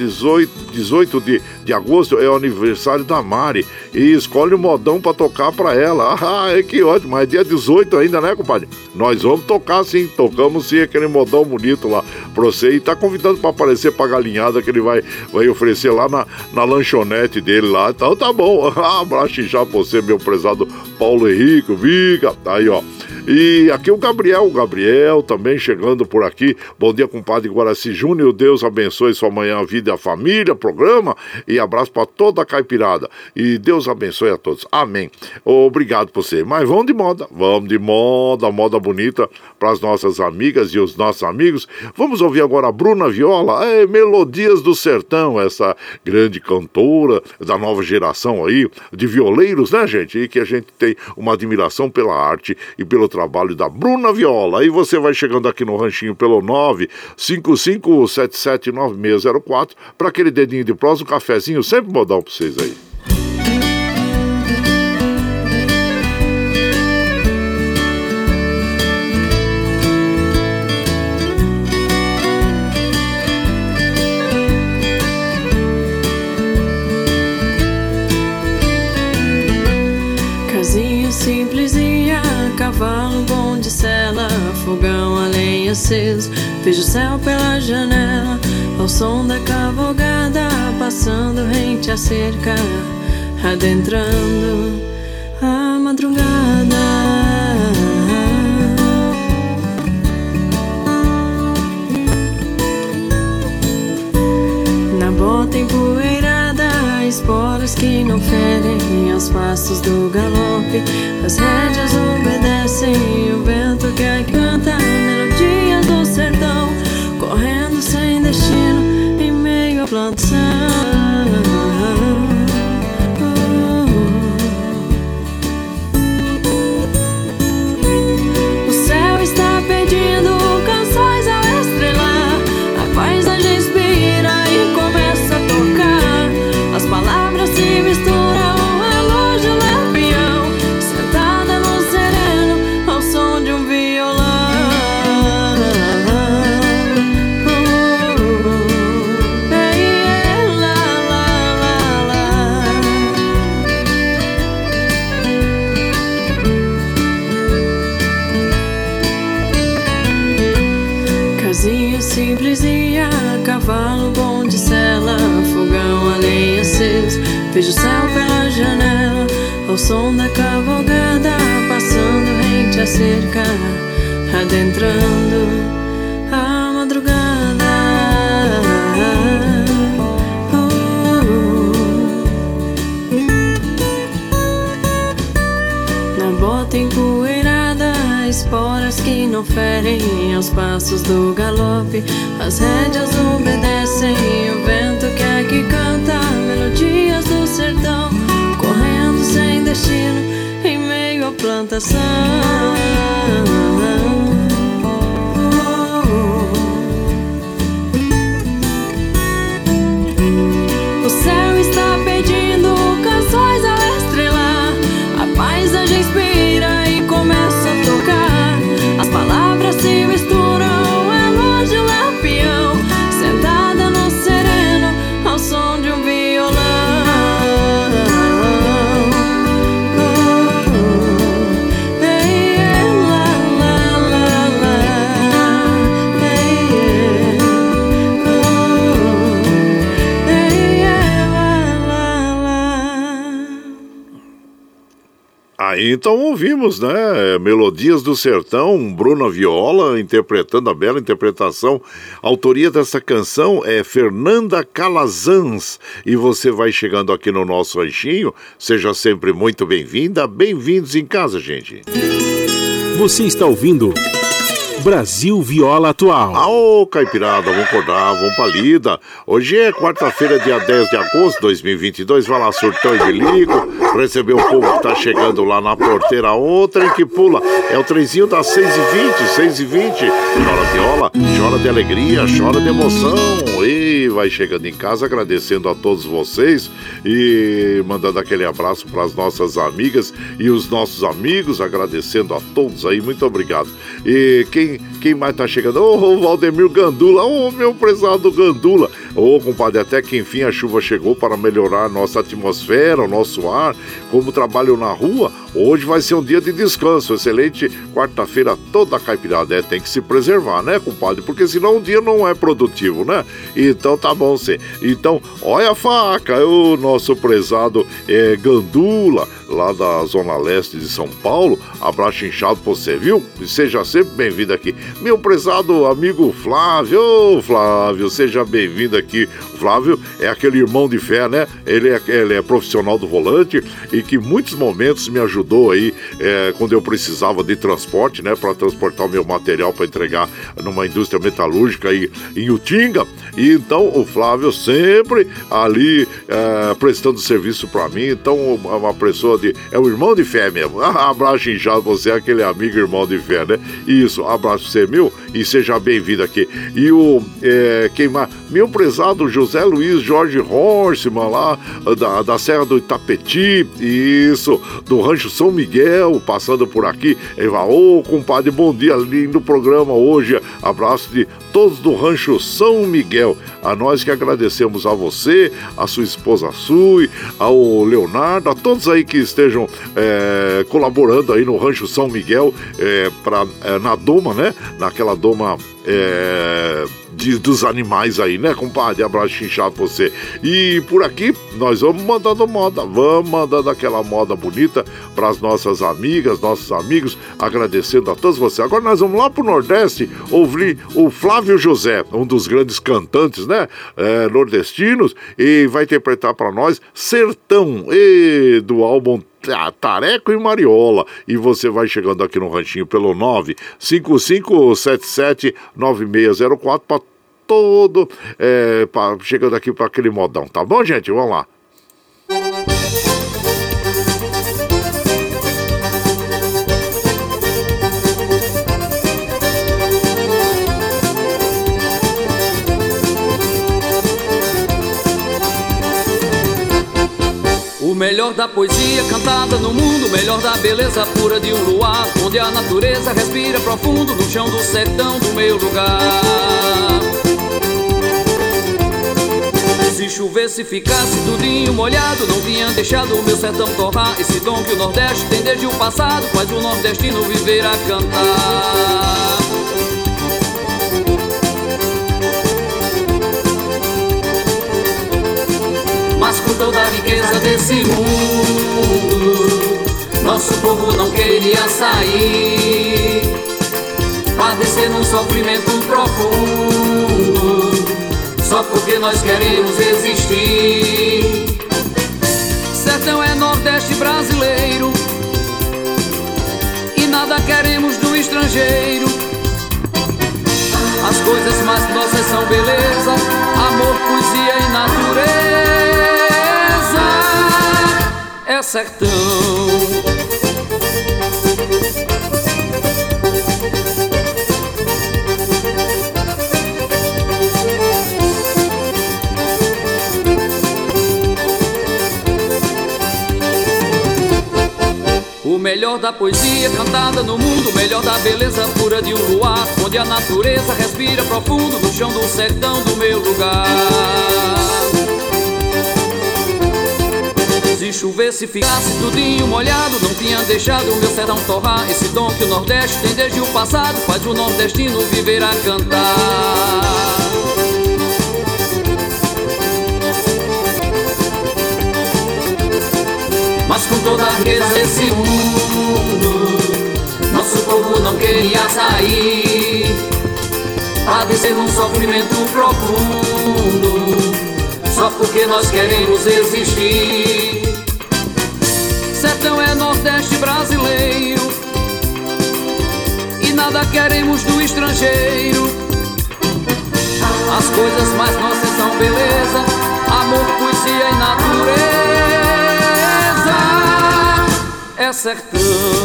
18 de agosto é o aniversário da Mari e escolhe o modão pra tocar pra ela. Que ótimo, mas é dia 18 ainda, né, compadre? Nós vamos tocar sim, tocamos sim aquele modão bonito lá pra você e tá convidando pra aparecer pra galinhada que ele vai oferecer lá na lanchonete dele lá. Então tá bom, abraço já pra você, meu prezado Paulo Henrique, Viga, aí ó. E aqui o Gabriel também chegando por aqui. Bom dia, compadre Guaraci Júnior. Deus abençoe sua manhã, a vida e a família, programa. E abraço para toda a caipirada. E Deus abençoe a todos. Amém. Obrigado por você. Mas vamos de moda bonita para as nossas amigas e os nossos amigos. Vamos ouvir agora a Bruna Viola, Melodias do Sertão, essa grande cantora da nova geração aí, de violeiros, né, gente? E que a gente tem uma admiração pela arte e pelo trabalho da Bruna Viola. Aí você vai chegando aqui no ranchinho pelo 955779604 para aquele dedinho de prosa, um cafezinho, sempre modal para vocês aí.
Casinha simplesinha, cavalo bom de sela, fogão a lenha aceso, vejo o céu pela janela, ao som da cavalgada, passando rente a cerca, adentrando a madrugada. Na bota empoeirada, esporas que não ferem aos passos do galope, as rédeas obedecem o vento que canta melodias do sertão, correndo sem destino em meio à plantação. O céu está pedindo canções ao estrelar, a paisagem inspira e começa a tocar, as palavras se misturam à luz de um lampião, sentada no sereno ao som de um violão. Casinha simplesinha, cavalo bom de sela, fogão a lenha aceso, vejo o céu pela janela, ao som da cavalgada, passando rente a cerca, adentrando a madrugada. Na bota empoeirada, esporas que não ferem aos passos do galope. As rédeas obedecem o vento que aqui canta melodias do sertão, correndo sem destino em meio à plantação. O céu está pedindo canções ao estrelar, a paisagem inspira e começa a tocar. As palavras se misturam, é luz de um lampião, sentada no sereno ao som de um violão.
Aí então ouvimos, né? Melodias do Sertão, Bruna Viola interpretando, a bela interpretação. A autoria dessa canção é Fernanda Calazans. E você vai chegando aqui no nosso ranchinho, seja sempre muito bem-vinda, bem-vindos em casa, gente.
Você está ouvindo Brasil Viola Atual.
Ô, caipirada, vamos acordar, vamos pra lida. Hoje é quarta-feira, dia 10 de agosto de 2022. Vai lá, surtão e bilico, receber o povo que tá chegando lá na porteira. Outra que pula, é o trenzinho das 6h20. Chora viola, chora de alegria, chora de emoção. E vai chegando em casa, agradecendo a todos vocês e mandando aquele abraço para as nossas amigas e os nossos amigos, agradecendo a todos aí, muito obrigado. E quem mais tá chegando? Ô, Valdemir Gandula, ô, meu prezado Gandula. Ô, compadre, até que enfim a chuva chegou para melhorar a nossa atmosfera, o nosso ar. Como trabalho na rua, hoje vai ser um dia de descanso. Excelente quarta-feira toda a caipirada. Tem que se preservar, né, compadre? Porque senão o dia não é produtivo, né? Então tá bom, sim. Então, olha a faca, o nosso prezado Gandula, lá da Zona Leste de São Paulo. Abraço inchado pra você, viu? E seja sempre bem-vindo aqui. Meu prezado amigo Flávio, ô Flávio, seja bem-vindo aqui. O Flávio é aquele irmão de fé, né? Ele é profissional do volante e que em muitos momentos me ajudou aí quando eu precisava de transporte, né? Para transportar o meu material para entregar numa indústria metalúrgica aí em Utinga. E então o Flávio sempre ali prestando serviço para mim. Então uma pessoa é o irmão de fé mesmo. Abraço inchado, você é aquele amigo irmão de fé, né? Isso, abraço você, meu, e seja bem-vindo aqui. E o quem mais? Meu prezado José Luiz Jorge Horseman, lá da Serra do Itapetí, isso, do Rancho São Miguel, passando por aqui. Ele vai, ô, compadre, bom dia, lindo programa hoje. Abraço de todos do Rancho São Miguel. A nós que agradecemos a você, a sua esposa Sui, ao Leonardo, a todos aí que estejam colaborando aí no Rancho São Miguel na doma, né? Naquela doma dos animais aí, né, compadre? Abraço inchado pra você. E por aqui nós vamos mandando moda, vamos mandando aquela moda bonita para as nossas amigas, nossos amigos, agradecendo a todos vocês. Agora nós vamos lá pro Nordeste ouvir o Flávio José, um dos grandes cantantes, né, nordestinos, e vai interpretar para nós Sertão, do álbum Tareco e Mariola. E você vai chegando aqui no ranchinho pelo 955779604 para todo chegando aqui para aquele modão, tá bom, gente? Vamos lá.
O melhor da poesia cantada no mundo, o melhor da beleza pura de um luar, onde a natureza respira profundo no chão do sertão do meu lugar. Se chovesse, ficasse tudinho molhado, não tinha deixado o meu sertão torrar. Esse dom que o Nordeste tem desde o passado faz o nordestino viver a cantar. Mas com toda a riqueza desse mundo, nosso povo não queria sair, padecer num sofrimento profundo, só porque nós queremos existir. Sertão é Nordeste brasileiro, e nada queremos do estrangeiro. As coisas mais nossas são beleza, amor, poesia e natureza. É sertão. O melhor da poesia cantada no mundo, o melhor da beleza pura de um luar, onde a natureza respira profundo no chão do sertão do meu lugar. Se chovesse, ficasse tudinho molhado, não tinha deixado o meu sertão torrar. Esse dom que o Nordeste tem desde o passado faz o nordestino viver a cantar. Mas com toda a riqueza desse mundo, nosso povo não queria sair, padecer um sofrimento profundo, só porque nós queremos existir. Sertão é Nordeste brasileiro, e nada queremos do estrangeiro. As coisas mais nossas são beleza, amor, poesia e natureza. É sertão.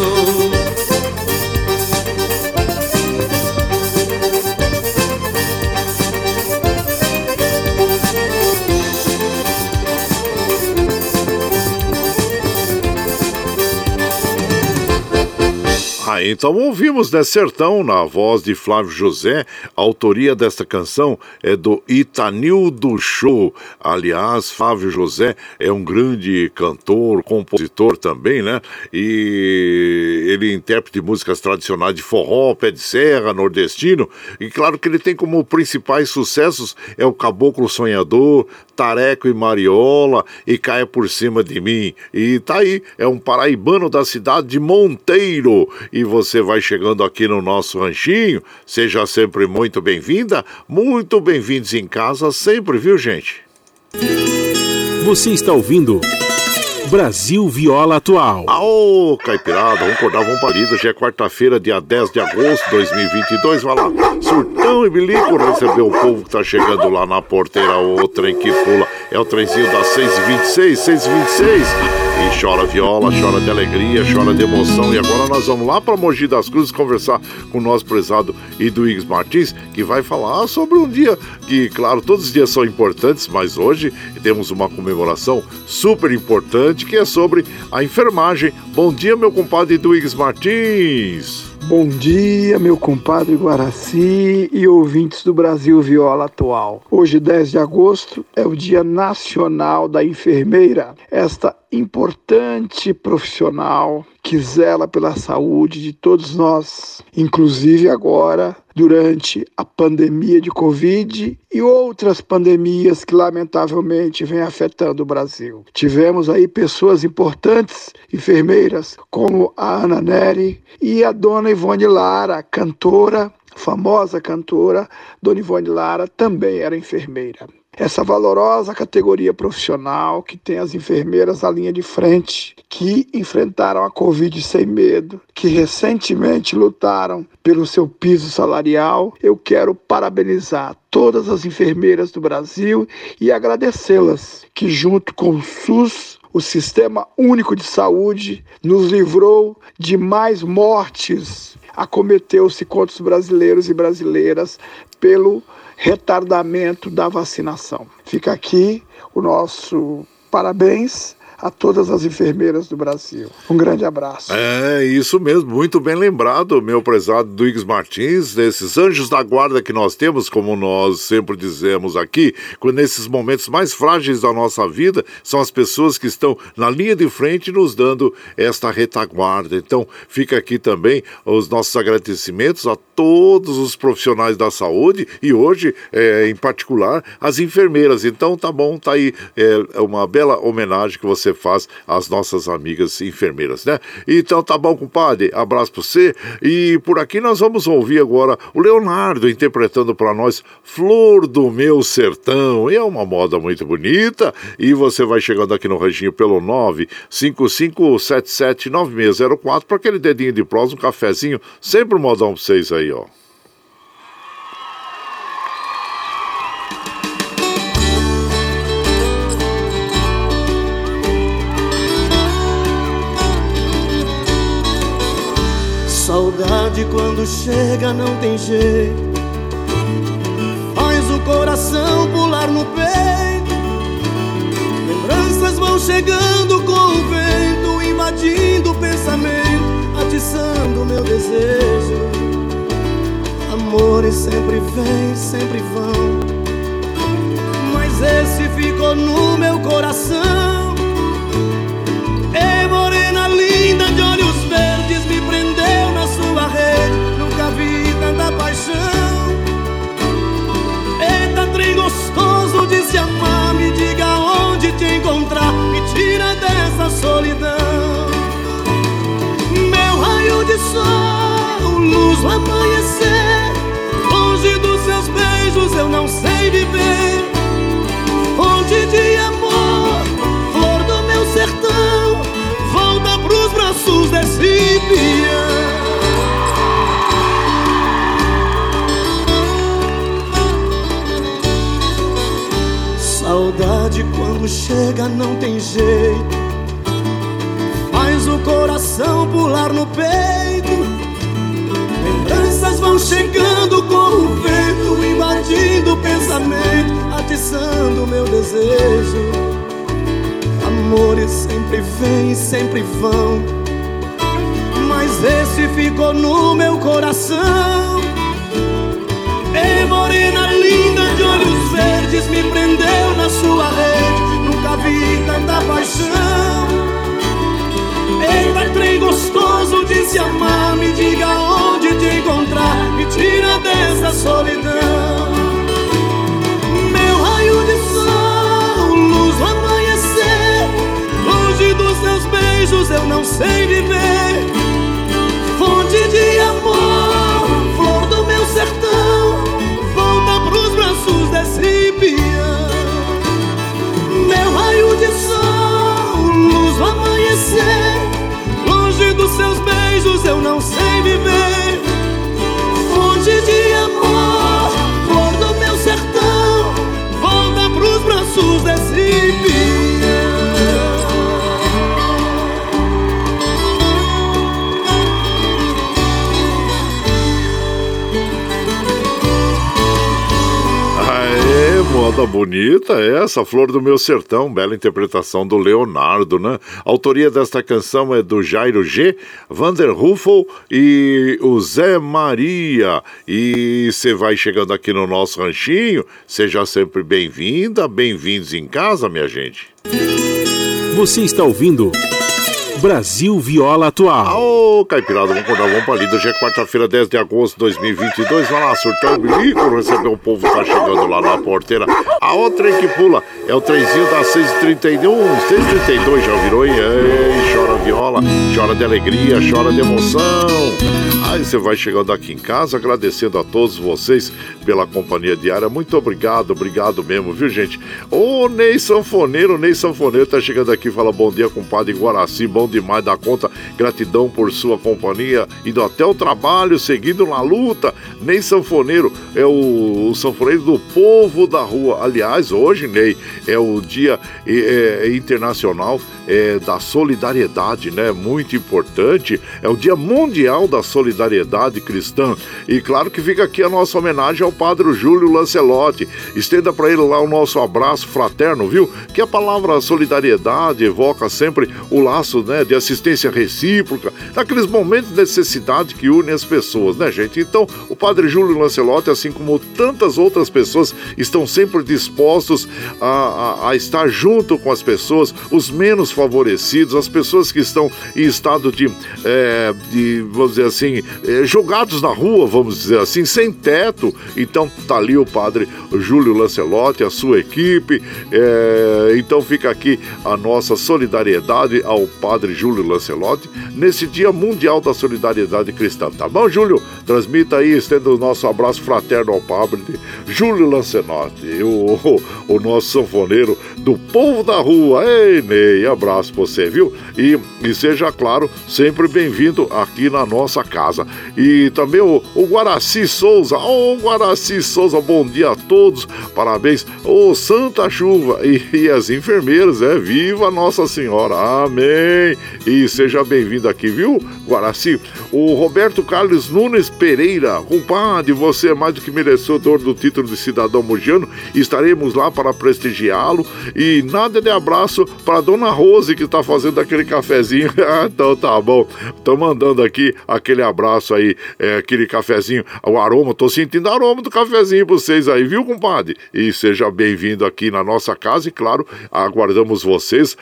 Então ouvimos, né, Sertão, na voz de Flávio José. A autoria desta canção é do Itanildo Show. Aliás, Flávio José é um grande cantor, compositor também, né? E ele é intérprete de músicas tradicionais de forró, pé de serra, nordestino. E claro que ele tem como principais sucessos é o Caboclo Sonhador, Tareco e Mariola e Caia por Cima de Mim. E tá aí, é um paraibano da cidade de Monteiro. E você vai chegando aqui no nosso ranchinho, seja sempre muito bem-vinda, muito bem-vindos em casa sempre, viu, gente?
Você está ouvindo Brasil Viola Atual.
Aô, Caipirada, vamos acordar, vamos pra lida. Já é quarta-feira, dia 10 de agosto de 2022. Vai lá, Surtão e Bilico receber o povo que tá chegando lá na porteira. O trem que pula é o trenzinho das 6h26, 6h26. E chora viola, chora de alegria, chora de emoção. E agora nós vamos lá para Mogi das Cruzes conversar com o nosso prezado Eduígues Martins, que vai falar sobre um dia que, claro, todos os dias são importantes, mas hoje temos uma comemoração super importante, que é sobre a enfermagem. Bom dia, meu compadre Eduígues Martins.
Bom dia, meu compadre Guaraci e ouvintes do Brasil Viola Atual. Hoje, 10 de agosto, é o Dia Nacional da Enfermeira. Esta importante profissional que zela pela saúde de todos nós, inclusive agora, durante a pandemia de Covid e outras pandemias que lamentavelmente vêm afetando o Brasil. Tivemos aí pessoas importantes, enfermeiras, como a Ana Neri e a dona Ivone Lara, cantora, famosa cantora, dona Ivone Lara também era enfermeira. Essa valorosa categoria profissional que tem as enfermeiras à linha de frente, que enfrentaram a Covid sem medo, que recentemente lutaram pelo seu piso salarial, eu quero parabenizar todas as enfermeiras do Brasil e agradecê-las, que junto com o SUS, o Sistema Único de Saúde, nos livrou de mais mortes. Acometeu-se contra os brasileiros e brasileiras pelo retardamento da vacinação. Fica aqui o nosso parabéns a todas as enfermeiras do Brasil. Um grande abraço.
É, isso mesmo, muito bem lembrado, meu prezado Eduígues Martins, desses anjos da guarda que nós temos, como nós sempre dizemos aqui, quando nesses momentos mais frágeis da nossa vida, são as pessoas que estão na linha de frente nos dando esta retaguarda. Então, fica aqui também os nossos agradecimentos a todos os profissionais da saúde e hoje, em particular, as enfermeiras. Então, tá bom, tá aí uma bela homenagem que você faz às nossas amigas enfermeiras, né? Então tá bom, compadre, abraço pra você. E por aqui nós vamos ouvir agora o Leonardo interpretando para nós Flor do Meu Sertão. E é uma moda muito bonita. E você vai chegando aqui no ranchinho pelo 955779604 para aquele dedinho de prosa, um cafezinho, sempre um modão pra vocês aí, ó.
Saudade quando chega não tem jeito, faz o coração pular no peito. Lembranças vão chegando com o vento, invadindo o pensamento, atiçando meu desejo. Amores sempre vêm, sempre vão, mas esse ficou no meu coração. Ei, morena linda de olhos verdes, me prendeu na sua rede, nunca vi tanta paixão. Eita, trem gostoso de se amar, me diga onde te encontrar, me tira dessa solidão. Meu raio de sol, luz do amanhecer, longe dos seus beijos eu não sei viver. Fonte de amor, flor do meu sertão, volta pros braços desse peão. Saudade quando chega não tem jeito, faz o coração pular no peito. Lembranças vão chegando com o vento, invadindo o pensamento, atiçando meu desejo. Amores sempre vêm, sempre vão, mas esse ficou no meu coração. Ei, morena linda de olhos verdes, me prendeu na sua rede, nunca vi tanta paixão. Eita, trem gostoso de se amar, me diga onde te encontrar, me tira dessa solidão. Meu raio de sol, luz do amanhecer, longe dos seus beijos eu não sei viver. Fonte de amor, flor do meu sertão, volta pros braços desse peão. Meu raio de sol, luz do amanhecer, longe dos seus beijos eu não sei viver. Fonte de amor, flor do meu sertão, volta pros braços desse peão.
Moda bonita essa, Flor do Meu Sertão, bela interpretação do Leonardo, né? A autoria desta canção é do Jairo G, Vander Ruffel e o Zé Maria. E você vai chegando aqui no nosso ranchinho, seja sempre bem-vinda, bem-vindos em casa, minha gente.
Você está ouvindo Brasil Viola Atual.
Ô, Caipirada, vamos acordar, vamos pra lida. Hoje é quarta-feira, 10 de agosto de 2022. Vai lá, surtar o bilico, receber o povo que tá chegando lá na porteira. A outra que pula é o trenzinho das 6h31, 6h32 já virou, hein? Ei, chora viola, chora de alegria, chora de emoção. Aí você vai chegando aqui em casa, agradecendo a todos vocês pela companhia diária. Muito obrigado, obrigado mesmo, viu, gente? Ô, Ney Sanfoneiro tá chegando aqui, fala bom dia, compadre Guaraci, bom demais da conta, gratidão por sua companhia, indo até o trabalho, seguindo na luta. Ney Sanfoneiro é o sanfoneiro do povo da rua. Aliás, hoje, Ney, é o dia internacional da solidariedade, né? Muito importante, é o dia mundial da solidariedade cristã. E claro que fica aqui a nossa homenagem ao Padre Júlio Lancelotti. Estenda para ele lá o nosso abraço fraterno, viu? Que a palavra solidariedade evoca sempre o laço, né, de assistência recíproca, naqueles momentos de necessidade que unem as pessoas, né, gente? Então, o Padre Júlio Lancelotti, assim como tantas outras pessoas, estão sempre dispostos a estar junto com as pessoas, os menos desfavorecidos, as pessoas que estão em estado de vamos dizer assim, jogados na rua, vamos dizer assim, sem teto. Então tá ali o padre Júlio Lancelotti, a sua equipe. Então fica aqui a nossa solidariedade ao padre Júlio Lancelotti nesse Dia Mundial da Solidariedade Cristã. Tá bom, Júlio? Transmita aí, estenda o nosso abraço fraterno ao padre Júlio Lancelotti, o nosso sanfoneiro do povo da rua. Ei, Ney, abraço pra você, viu? E seja, claro, sempre bem-vindo aqui na nossa casa. E também o Guaraci Souza. Guaraci Souza, bom dia a todos, parabéns. Santa Chuva e as enfermeiras, viva Nossa Senhora, amém. E seja bem-vindo aqui, viu, Guaraci? O Roberto Carlos Nunes Pereira, compadre, você é mais do que merecedor do título de cidadão mogiano, estaremos lá para prestigiá-lo. E nada de abraço para Dona Rose, que está fazendo aquele cafezinho. Então tá bom, tô mandando aqui aquele abraço aí, aquele cafezinho, o aroma, tô sentindo o aroma do cafezinho pra vocês aí, viu, compadre? E seja bem-vindo aqui na nossa casa e, claro, aguardamos vocês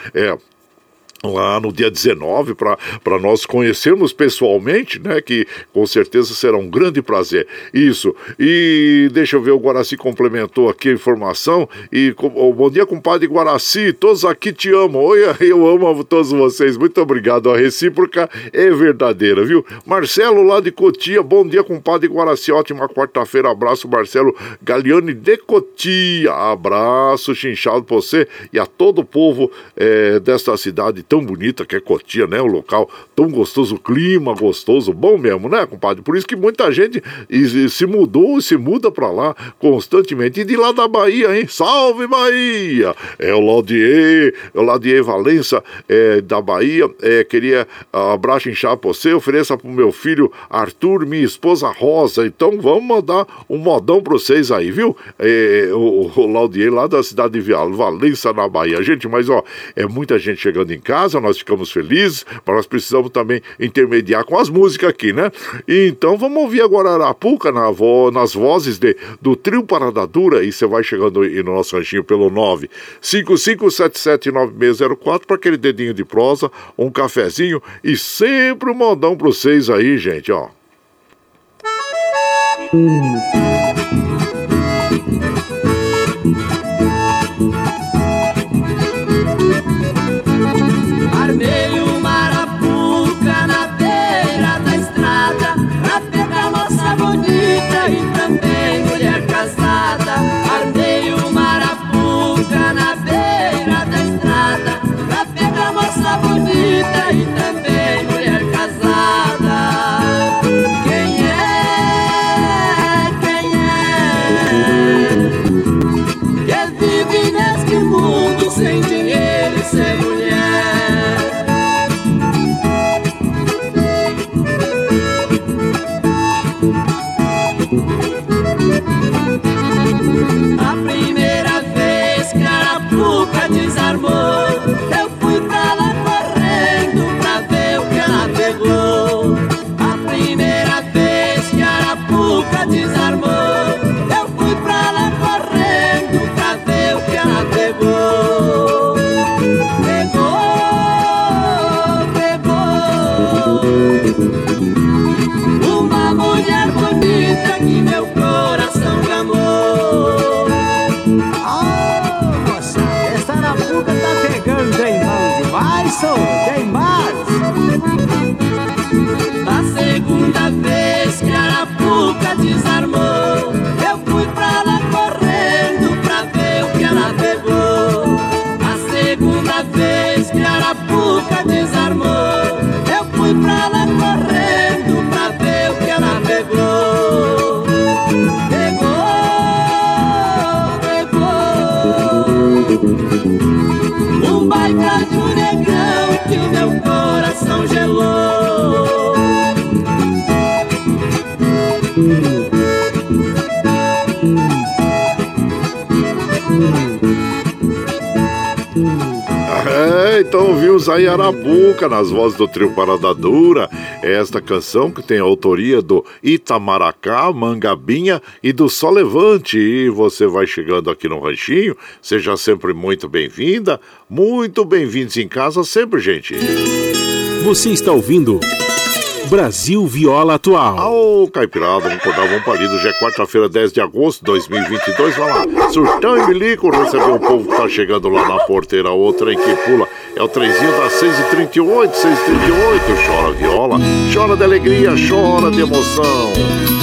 lá no dia 19 para nós conhecermos pessoalmente, né, que com certeza será um grande prazer. Isso. E deixa eu ver, o Guaraci complementou aqui a informação. E bom dia, compadre Guaraci, todos aqui te amam. Oi, eu amo todos vocês, muito obrigado, a recíproca é verdadeira, viu? Marcelo lá de Cotia, bom dia, compadre Guaraci, ótima quarta-feira, abraço, Marcelo Galiani de Cotia, abraço chinchado pra você e a todo o povo desta cidade tão bonita que é Cotia, né? Um local tão gostoso, clima gostoso, bom mesmo, né, compadre? Por isso que muita gente se mudou e se muda pra lá constantemente. E de lá da Bahia, hein? Salve, Bahia! O Laudier Valença da Bahia, queria abraço inchado pra você, ofereça pro meu filho Arthur, minha esposa Rosa. Então vamos mandar um modão pra vocês aí, viu? O Laudier lá da cidade de Valença, na Bahia. Gente, mas é muita gente chegando em casa, nós ficamos felizes, mas nós precisamos também intermediar com as músicas aqui, né? Então vamos ouvir agora Arapuca nas vozes do Trio Parada Dura, e você vai chegando aí no nosso ranchinho pelo 955779604 para aquele dedinho de prosa, um cafezinho e sempre um modão pra vocês aí, gente, ó.
Armei uma arapuca na beira da estrada pra pegar moça bonita e também mulher casada. Armei uma arapuca na beira da estrada pra pegar moça bonita e também mulher casada. Quem é que vive neste mundo sem dinheiro e sem mulher? A primeira vez que a arapuca desarmou, eu fui pra lá correndo pra ver o que ela pegou. A primeira vez que a arapuca desarmou, eu fui pra lá correndo pra ver o que ela pegou. Pegou uma mulher bonita que meu coração gamou.
Moça, essa arapuca tá pegando em mão demais, tem mais.
A segunda vez que a arapuca desarmou, eu fui pra lá correndo pra ver o que ela pegou. A segunda vez que a arapuca desarmou, eu fui pra lá correndo pra ver o que ela pegou. Um baita de um negão que o meu coração gelou.
Então ouvimos aí Arabuca nas vozes do trio Parada Dura. Esta canção que tem a autoria do Itamaracá, Mangabinha e do Só Levante. E você vai chegando aqui no Ranchinho, seja sempre muito bem-vinda, muito bem-vindos em casa sempre, gente.
Você está ouvindo Brasil Viola Atual.
Ô, Caipirada, vamos acordar, vamos parido. Já é quarta-feira, 10 de agosto de 2022. Vai lá, Surtão e Milico, receber o povo que tá chegando lá na porteira. O trem que pula é o trenzinho das 6h38, 6h38. Chora viola, chora de alegria, chora de emoção.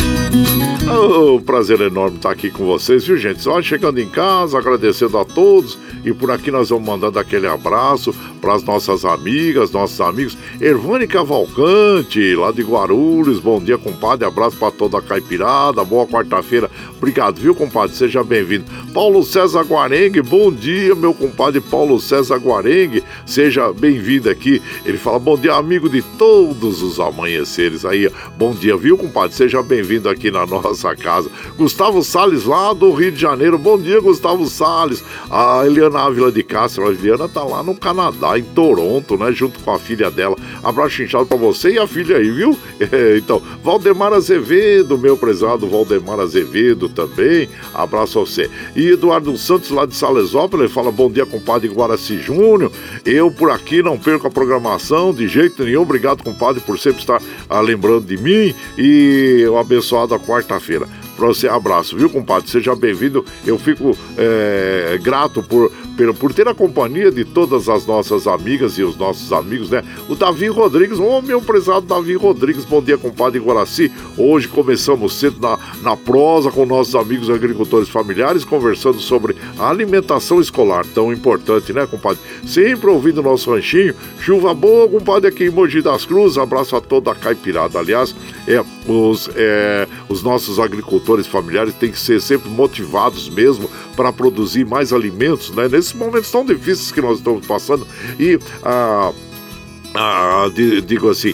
Oh, prazer enorme estar aqui com vocês, viu, gente? Só chegando em casa, agradecendo a todos. E por aqui nós vamos mandando aquele abraço para as nossas amigas, nossos amigos. Ervane Cavalcante, lá de Guarulhos. Bom dia, compadre. Abraço para toda a caipirada. Boa quarta-feira. Obrigado, viu, compadre? Seja bem-vindo. Paulo César Guarengue. Bom dia, meu compadre Paulo César Guarengue. Seja bem-vindo aqui. Ele fala, bom dia, amigo de todos os amanheceres aí. Bom dia, viu, compadre? Seja bem-vindo aqui na nossa casa. Gustavo Salles, lá do Rio de Janeiro. Bom dia, Gustavo Salles. A Eliana Ávila de Castro. A Eliana tá lá no Canadá, em Toronto, né? Junto com a filha dela. Abraço inchado pra você e a filha aí, viu? Então, Valdemar Azevedo, meu prezado Valdemar Azevedo também. Abraço a você. E Eduardo Santos, lá de Salesópolis, ele fala, bom dia, compadre Guaraci Júnior. Eu por aqui não perco a programação de jeito nenhum. Obrigado, compadre, por sempre estar lembrando de mim. E uma abençoada quarta-feira. Pra você, abraço, viu, compadre? Seja bem-vindo. Eu fico grato por ter a companhia de todas as nossas amigas e os nossos amigos, né? O Davi Rodrigues, meu prezado Davi Rodrigues, bom dia, compadre Guaraci. Hoje começamos cedo na prosa com nossos amigos agricultores familiares, conversando sobre a alimentação escolar, tão importante, né, compadre? Sempre ouvindo o nosso ranchinho. Chuva boa, compadre, aqui em Mogi das Cruzes. Abraço a toda a caipirada. Aliás, os nossos agricultores familiares têm que ser sempre motivados mesmo para produzir mais alimentos, né? Nesses momentos tão difíceis que nós estamos passando. E digo assim,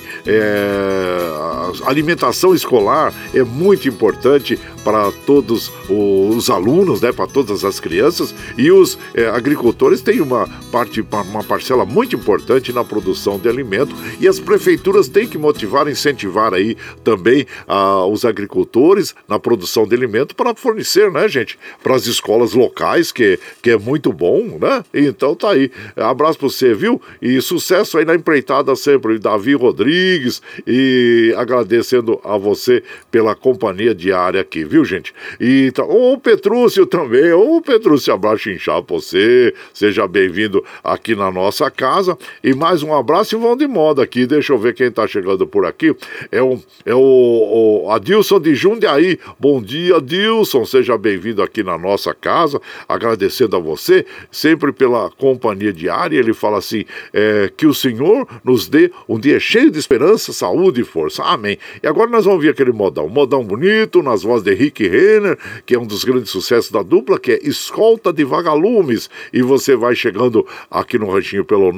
a alimentação escolar é muito importante para todos os alunos, né, para todas as crianças, e os agricultores têm uma parcela muito importante na produção de alimento, e as prefeituras têm que motivar, incentivar aí também os agricultores na produção de alimento para fornecer, né, gente, para as escolas locais, que é muito bom, né? Então tá aí, abraço para você, viu? E sucesso aí na empreitada sempre, Davi Rodrigues, e agradecendo a você pela companhia diária aqui, viu, gente? E o Petrúcio também, Petrúcio, abraço inchado pra você, seja bem-vindo aqui na nossa casa, e mais um abraço e vão de moda aqui, deixa eu ver quem tá chegando por aqui, é o Adilson de Jundiaí. Bom dia, Adilson, seja bem-vindo aqui na nossa casa, agradecendo a você, sempre pela companhia diária. Ele fala assim, que o Senhor nos dê um dia cheio de esperança, saúde e força. Amém. E agora nós vamos ver aquele modão bonito, nas vozes de Rick Renner, que é um dos grandes sucessos da dupla, que é Escolta de Vagalumes. E você vai chegando aqui no ranchinho pelo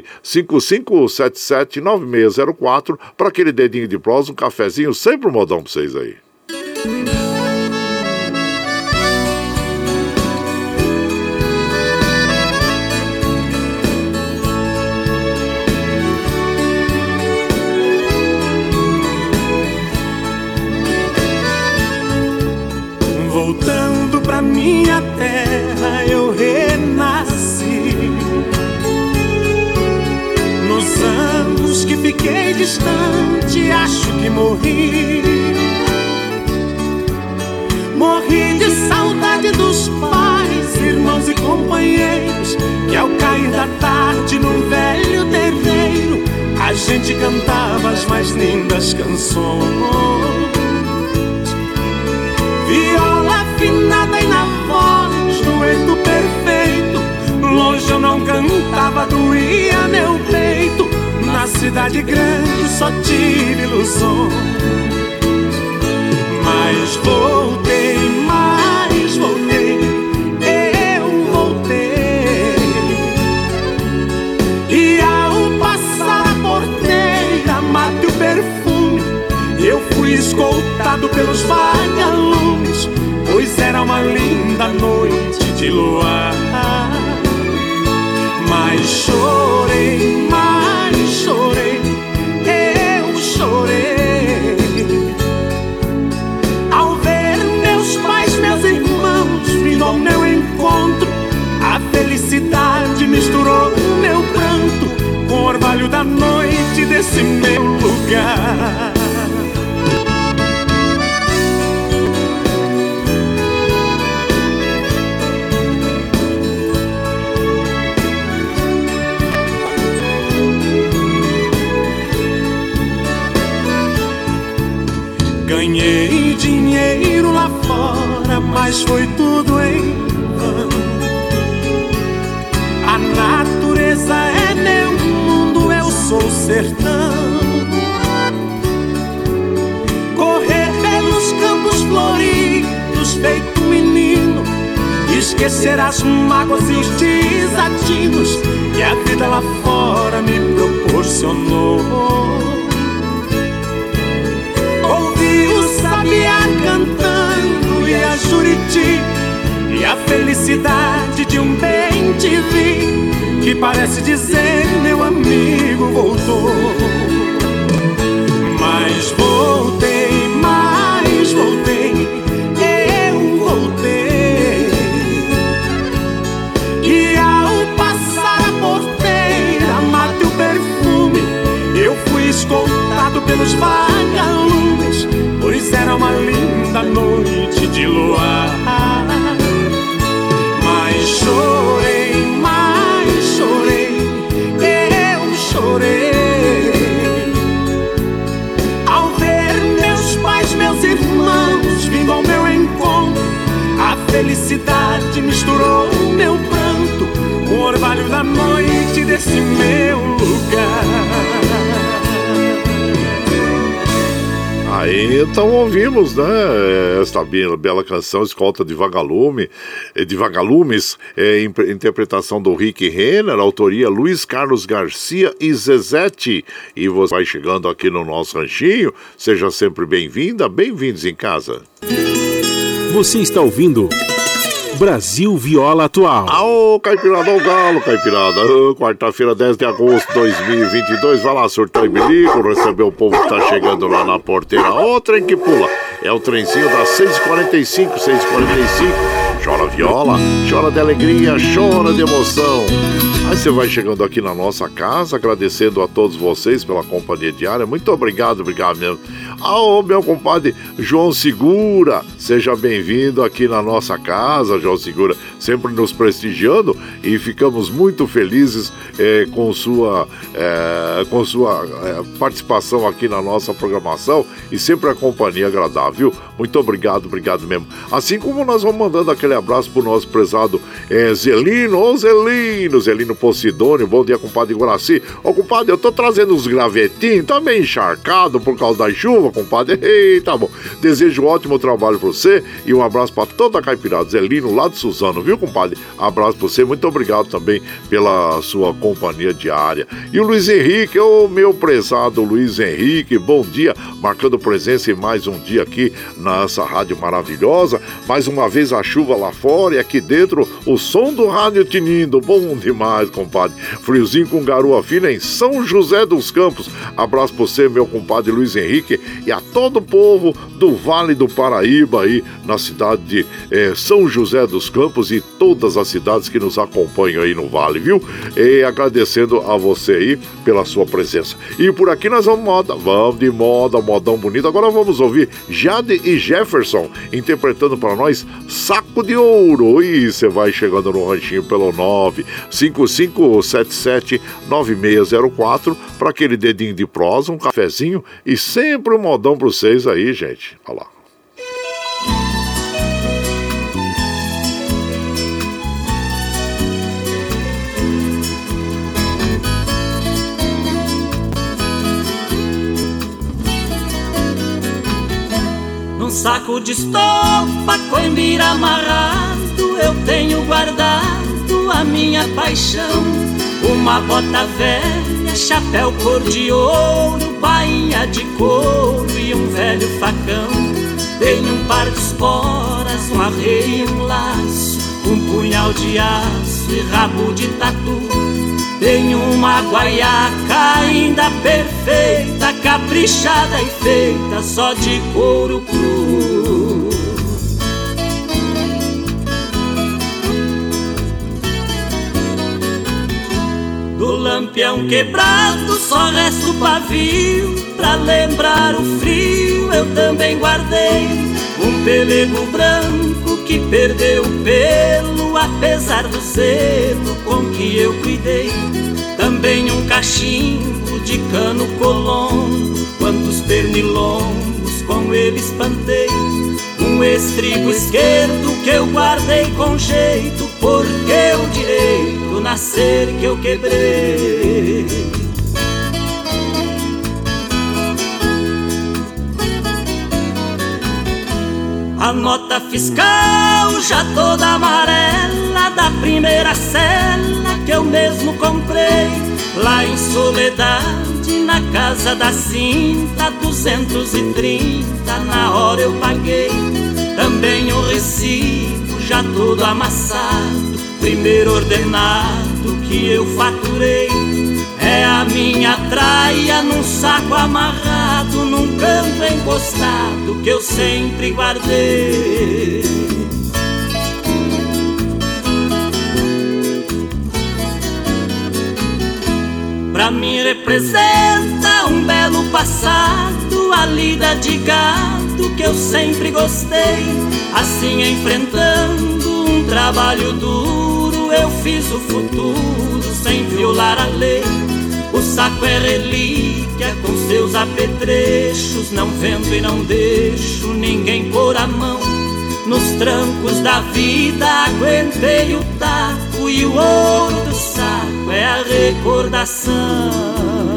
955779604 para aquele dedinho de prosa, um cafezinho, sempre um modão para vocês aí.
Voltando pra minha terra eu renasci. Nos anos que fiquei distante acho que morri. Morri de saudade dos pais, irmãos e companheiros, que ao cair da tarde num velho terreiro a gente cantava as mais lindas canções. Viola afinada e na voz dueto perfeito. Longe eu não cantava, doía meu peito. Na cidade grande só tive ilusões. Mas voltei, eu voltei. E ao passar a porteira, matei o perfume. Eu fui escoltado pelos vagalumes, pois era uma linda noite de luar. Mas chorei, eu chorei ao ver meus pais, meus irmãos vindo ao meu encontro. A felicidade misturou meu pranto com o orvalho da noite desse meu lugar. Ganhei dinheiro lá fora, mas foi tudo em vão. A natureza é meu mundo, eu sou o sertão. Correr pelos campos floridos, feito menino, esquecer as mágoas e os desatinos que a vida lá fora me proporcionou. Ouvi o sabiá cantando e a juriti, e a felicidade de um bem-te-vi que parece dizer meu amigo voltou. Mas voltei, eu voltei. E ao passar a porteira, matei o perfume, eu fui escoltado pelos vagalumes, pois era uma linda noite de luar. Mas chorei, eu chorei ao ver meus pais, meus irmãos vindo ao meu encontro. A felicidade misturou meu pranto com o orvalho da noite desse meu lugar.
Aí então ouvimos, né, esta bela canção, Escolta de Vagalumes, interpretação do Rick Renner, autoria Luiz Carlos Garcia e Zezete. E você vai chegando aqui no nosso ranchinho, seja sempre bem-vinda, bem-vindos em casa.
Você está ouvindo Brasil Viola Atual.
Aô, Caipirada, ao galo, Caipirada. Quarta-feira, 10 de agosto de 2022. Vai lá, surtar e bilico, receber o povo que tá chegando lá na porteira. Ô, trem que pula. É o trenzinho das 6h45, 6h45. Chora viola, chora de alegria, chora de emoção. Aí você vai chegando aqui na nossa casa, agradecendo a todos vocês pela companhia diária. Muito obrigado mesmo. Ô, meu compadre João Segura, seja bem-vindo aqui na nossa casa, João Segura, sempre nos prestigiando e ficamos muito felizes com sua participação aqui na nossa programação e sempre a companhia agradável. Muito obrigado mesmo. Assim como nós vamos mandando aquele abraço pro nosso prezado Zelino, Zelino Posidônio. Bom dia, compadre Guaraci. Ô, compadre, eu tô trazendo uns gravetinhos, tá meio encharcado por causa da chuva, compadre. Eita, bom. Desejo um ótimo trabalho pra você e um abraço pra toda a Caipirada. Zelino lá de Suzano, viu, compadre? Abraço pra você, muito obrigado também pela sua companhia diária. E o Luiz Henrique, ô meu prezado Luiz Henrique, bom dia, marcando presença em mais um dia aqui nessa rádio maravilhosa. Mais uma vez a chuva lá fora e aqui dentro o som do rádio tinindo. Bom demais, compadre. Friozinho com garoa fina em São José dos Campos. Abraço pra você, meu compadre Luiz Henrique, e a todo o povo do Vale do Paraíba aí na cidade de São José dos Campos e todas as cidades que nos acompanham aí no Vale, viu? E agradecendo a você aí pela sua presença. E por aqui nós vamos de moda, modão bonito. Agora vamos ouvir Jade e Jefferson interpretando para nós Saco de Ouro. E você vai chegando no ranchinho pelo 955779604 para aquele dedinho de prosa, um cafezinho e sempre um modão para vocês aí, gente. Olha lá.
Num saco de estopa, coimbira amarrado, eu tenho guardado a minha paixão. Uma bota velha, chapéu cor de ouro, bainha de couro e um velho facão. Tenho um par de esporas, um arreio e um laço,
um punhal de aço e rabo de tatu. Tenho uma guaiaca ainda perfeita, caprichada e feita só de couro cru. Do lampião quebrado só resta o pavio. Pra lembrar o frio eu também guardei um pelego branco que perdeu o pelo, apesar do zelo com que eu cuidei. Também um cachimbo de cano colombo, quantos pernilongos com ele espantei. Um estribo esquerdo que eu guardei com jeito, porque o direito nascer que eu quebrei. A nota fiscal já toda amarela da primeira cela que eu mesmo comprei lá em Soledade, na casa da Cinta, 230 na hora eu paguei. Também o recibo já todo amassado, primeiro ordenado que eu faturei. É a minha traia num saco amarrado, num canto encostado que eu sempre guardei. Pra mim representa um belo passado, a lida de gado que eu sempre gostei. Assim enfrentando um trabalho duro, eu fiz o futuro sem violar a lei. O saco é relíquia com seus apetrechos, não vendo e não deixo ninguém pôr a mão. Nos trancos da vida aguentei o taco e o ouro do saco é a recordação.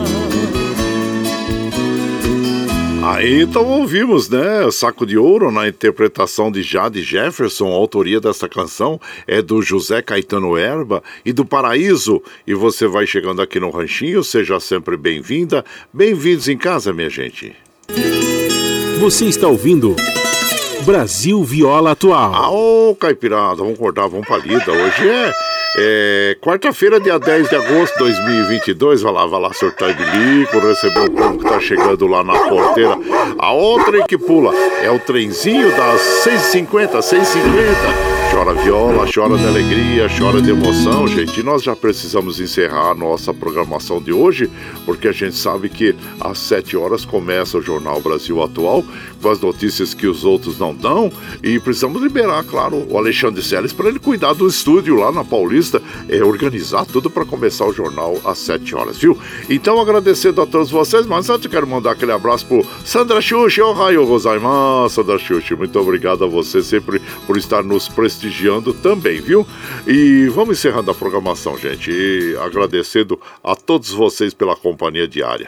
Aí então ouvimos, né, Saco de Ouro na interpretação de Jade Jefferson. A autoria dessa canção é do José Caetano Herba e do Paraíso. E você vai chegando aqui no Ranchinho, seja sempre bem-vinda. Bem-vindos em casa, minha gente.
Você está ouvindo Brasil Viola Atual.
Ô, Caipirada, vamos acordar, vamos pra lida. Hoje é quarta-feira, dia 10 de agosto de 2022. Vai lá, surtar e bilico, receber o povo que tá chegando lá na porteira. A outra que pula é o trenzinho das 6h50, 6h50. Chora viola, chora de alegria, chora de emoção, gente. E nós já precisamos encerrar a nossa programação de hoje, porque a gente sabe que às 7 horas começa o Jornal Brasil Atual, com as notícias que os outros não dão. E precisamos liberar, claro, o Alexandre Seles para ele cuidar do estúdio lá na Paulista, organizar tudo para começar o jornal às 7 horas, viu? Então, agradecendo a todos vocês, mas antes eu quero mandar aquele abraço pro Sandra Xuxi, ohayou gozaimasu, Sandra Xuxi, muito obrigado a você sempre por estar nos prestigiando também, viu? E vamos encerrando a programação, gente, e agradecendo a todos vocês pela companhia diária.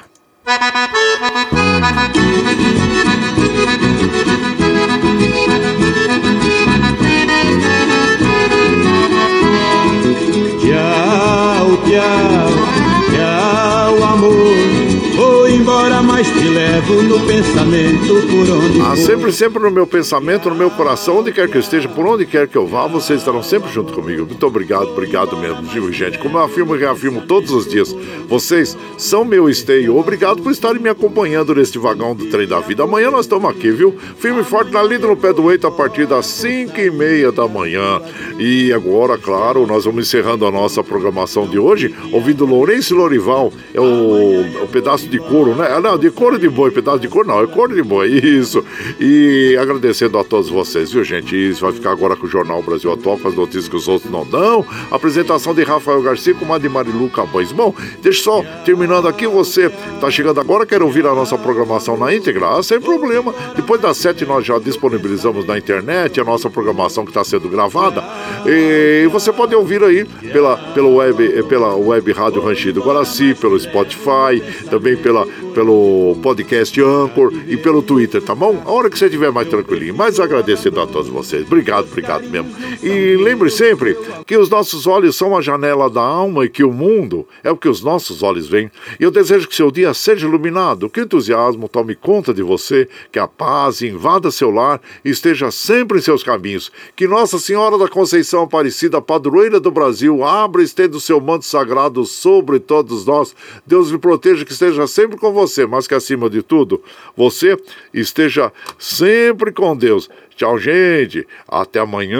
Tchau, tchau, tchau, amor. Vou embora, mas te levo no pensamento por onde for.
Sempre no meu pensamento, no meu coração, onde quer que eu esteja, por onde quer que eu vá, vocês estarão sempre junto comigo. Muito obrigado mesmo, viu, gente? Como eu afirmo e reafirmo todos os dias, vocês são meu esteio. Obrigado por estarem me acompanhando neste vagão do trem da vida. Amanhã nós estamos aqui, viu? Firme e forte na lida, no pé do eito, a partir das 5h30 da manhã. E agora, claro, nós vamos encerrando a nossa programação de hoje, ouvindo Lourenço e Lorival, é o pedaço de couro, né? Não, de couro de boi, pedaço de couro não, é couro de boi, isso. E agradecendo a todos vocês, viu, gente? Isso vai ficar agora com o Jornal Brasil Atual, com as notícias que os outros não dão. Apresentação de Rafael Garcia com a de Marilu Cabães. Bom, deixa só, terminando aqui, você tá chegando agora, quer ouvir a nossa programação na íntegra? Sem problema. Depois das 7 nós já disponibilizamos na internet a nossa programação que está sendo gravada. E você pode ouvir aí pela web Rádio Ranchinho do Guaraci, pelo Spotify, também pelo pelo podcast Anchor e pelo Twitter, tá bom? A hora que você estiver mais tranquilinho. Mas agradecido a todos vocês. Obrigado mesmo. E lembre sempre que os nossos olhos são a janela da alma e que o mundo é o que os nossos olhos veem. E eu desejo que seu dia seja iluminado, que o entusiasmo tome conta de você, que a paz invada seu lar e esteja sempre em seus caminhos. Que Nossa Senhora da Conceição Aparecida, padroeira do Brasil, abra e estenda o seu manto sagrado sobre todos nós. Deus lhe proteja, que esteja sempre com você, mas que acima de tudo, você esteja sempre com Deus. Tchau, gente. Até amanhã.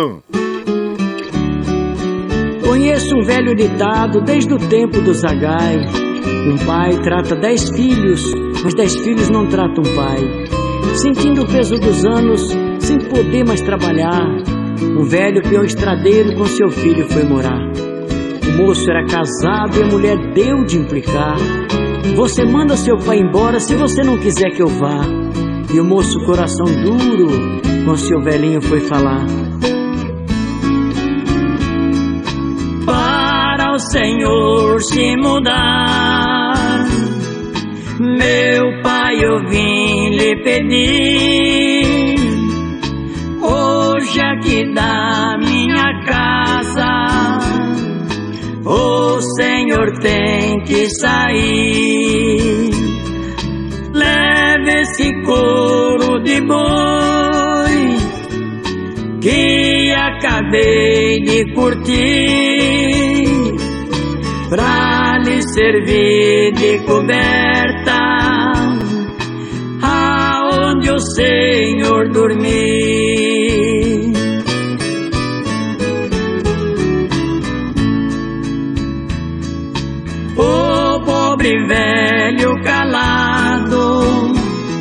Conheço um velho ditado desde o tempo do Zagai. Um pai trata 10 filhos, mas 10 filhos não tratam um pai. Sentindo o peso dos anos, sem poder mais trabalhar, o velho peão estradeiro com seu filho foi morar. O moço era casado e a mulher deu de implicar: você manda seu pai embora se você não quiser que eu vá. E o moço, coração duro, com seu velhinho foi falar: para o Senhor se mudar, meu pai, eu vim lhe pedir. Hoje aqui da minha casa o Senhor tem que sair. Leve esse couro de boi que acabei de curtir, pra lhe servir de coberta aonde o Senhor dormir. O pobre velho calado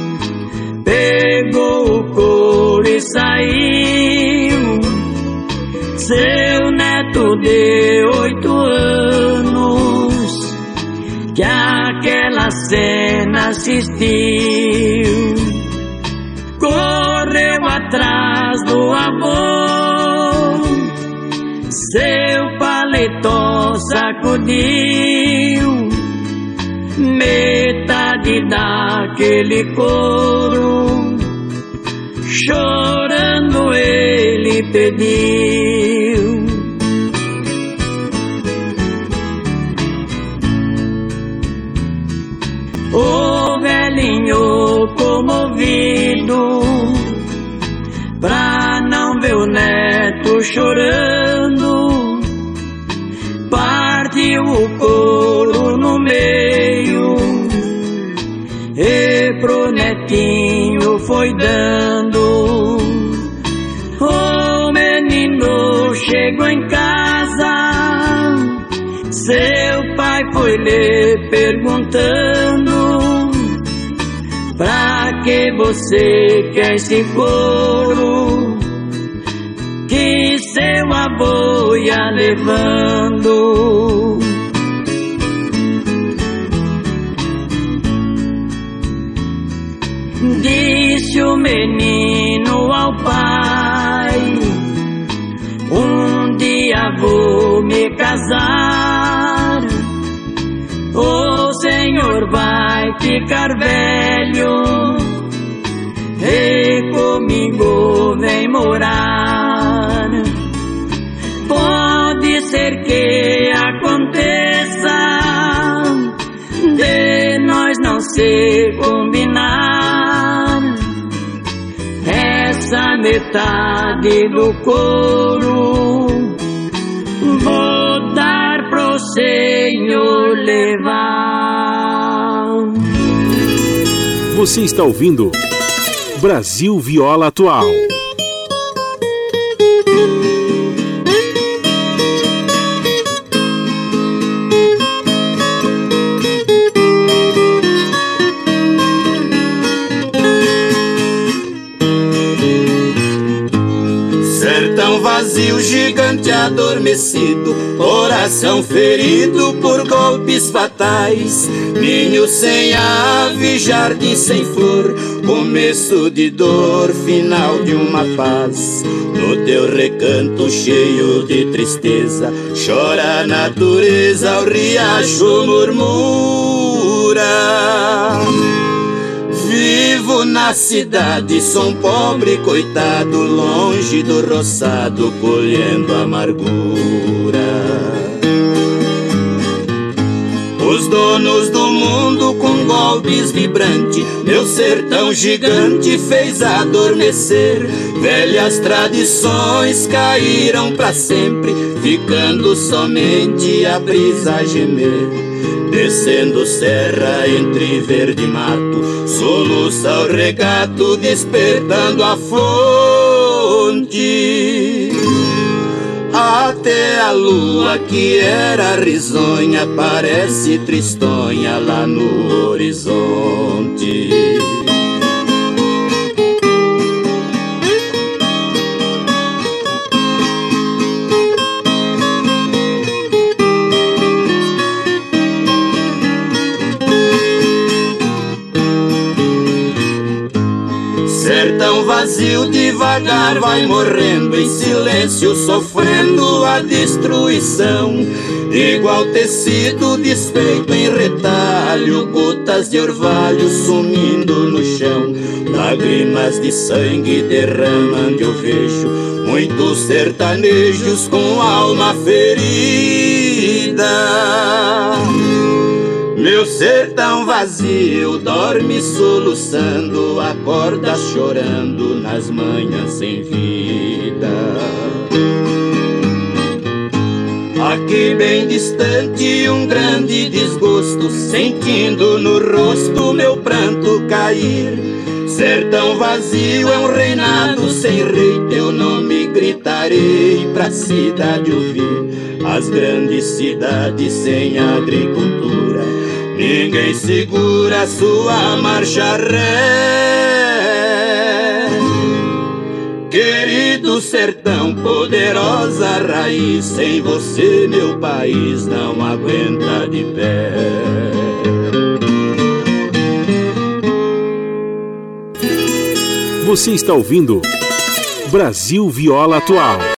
pegou o couro e saiu. Seu neto de 8 anos que aquela cena assistiu, correu atrás do avô, seu paletó sacudiu, metade daquele couro, chorando ele pediu. O velhinho comovido, pra não ver o neto chorando, partiu o couro no meio e pro netinho foi dando. O menino chegou em casa, seu pai foi lhe perguntando: pra que você quer esse couro que seu avô ia levando? Disse o menino ao pai: um dia vou me casar, o Senhor vai ficar velho e comigo vem morar. Pode ser que aconteça de nós não se combinar, essa metade do couro vou dar pro Senhor levar.
Você está ouvindo Brasil Viola Atual.
Sertão vazio, gigante adormecido, coração ferido por golpes fatais, ninho sem ave, jardim sem flor, começo de dor, final de uma paz. No teu recanto cheio de tristeza, chora a natureza, o riacho murmura.
na cidade sou um pobre coitado, longe do roçado, colhendo amargura. Os donos do mundo com golpes vibrantes, meu sertão gigante fez adormecer. Velhas tradições caíram pra sempre, ficando somente a brisa a gemer. Descendo serra entre verde mato, soluça o regato, despertando a fonte. Até a lua que era risonha parece tristonha lá no horizonte. Sertão vazio devagar vai morrendo em silêncio, sofrendo a destruição. Igual tecido desfeito em retalho, gotas de orvalho sumindo no chão. Lágrimas de sangue derramando eu vejo muitos sertanejos com alma ferida. Meu sertão vazio dorme soluçando, acorda chorando nas manhãs sem vida. Aqui bem distante um grande desgosto, sentindo no rosto meu pranto cair. Sertão vazio é um reinado sem rei, teu nome gritarei pra cidade ouvir. As grandes cidades sem agricultura, ninguém segura sua marcha ré. Querido sertão, poderosa raiz, sem você meu país não aguenta de pé.
Você está ouvindo Brasil Viola Atual.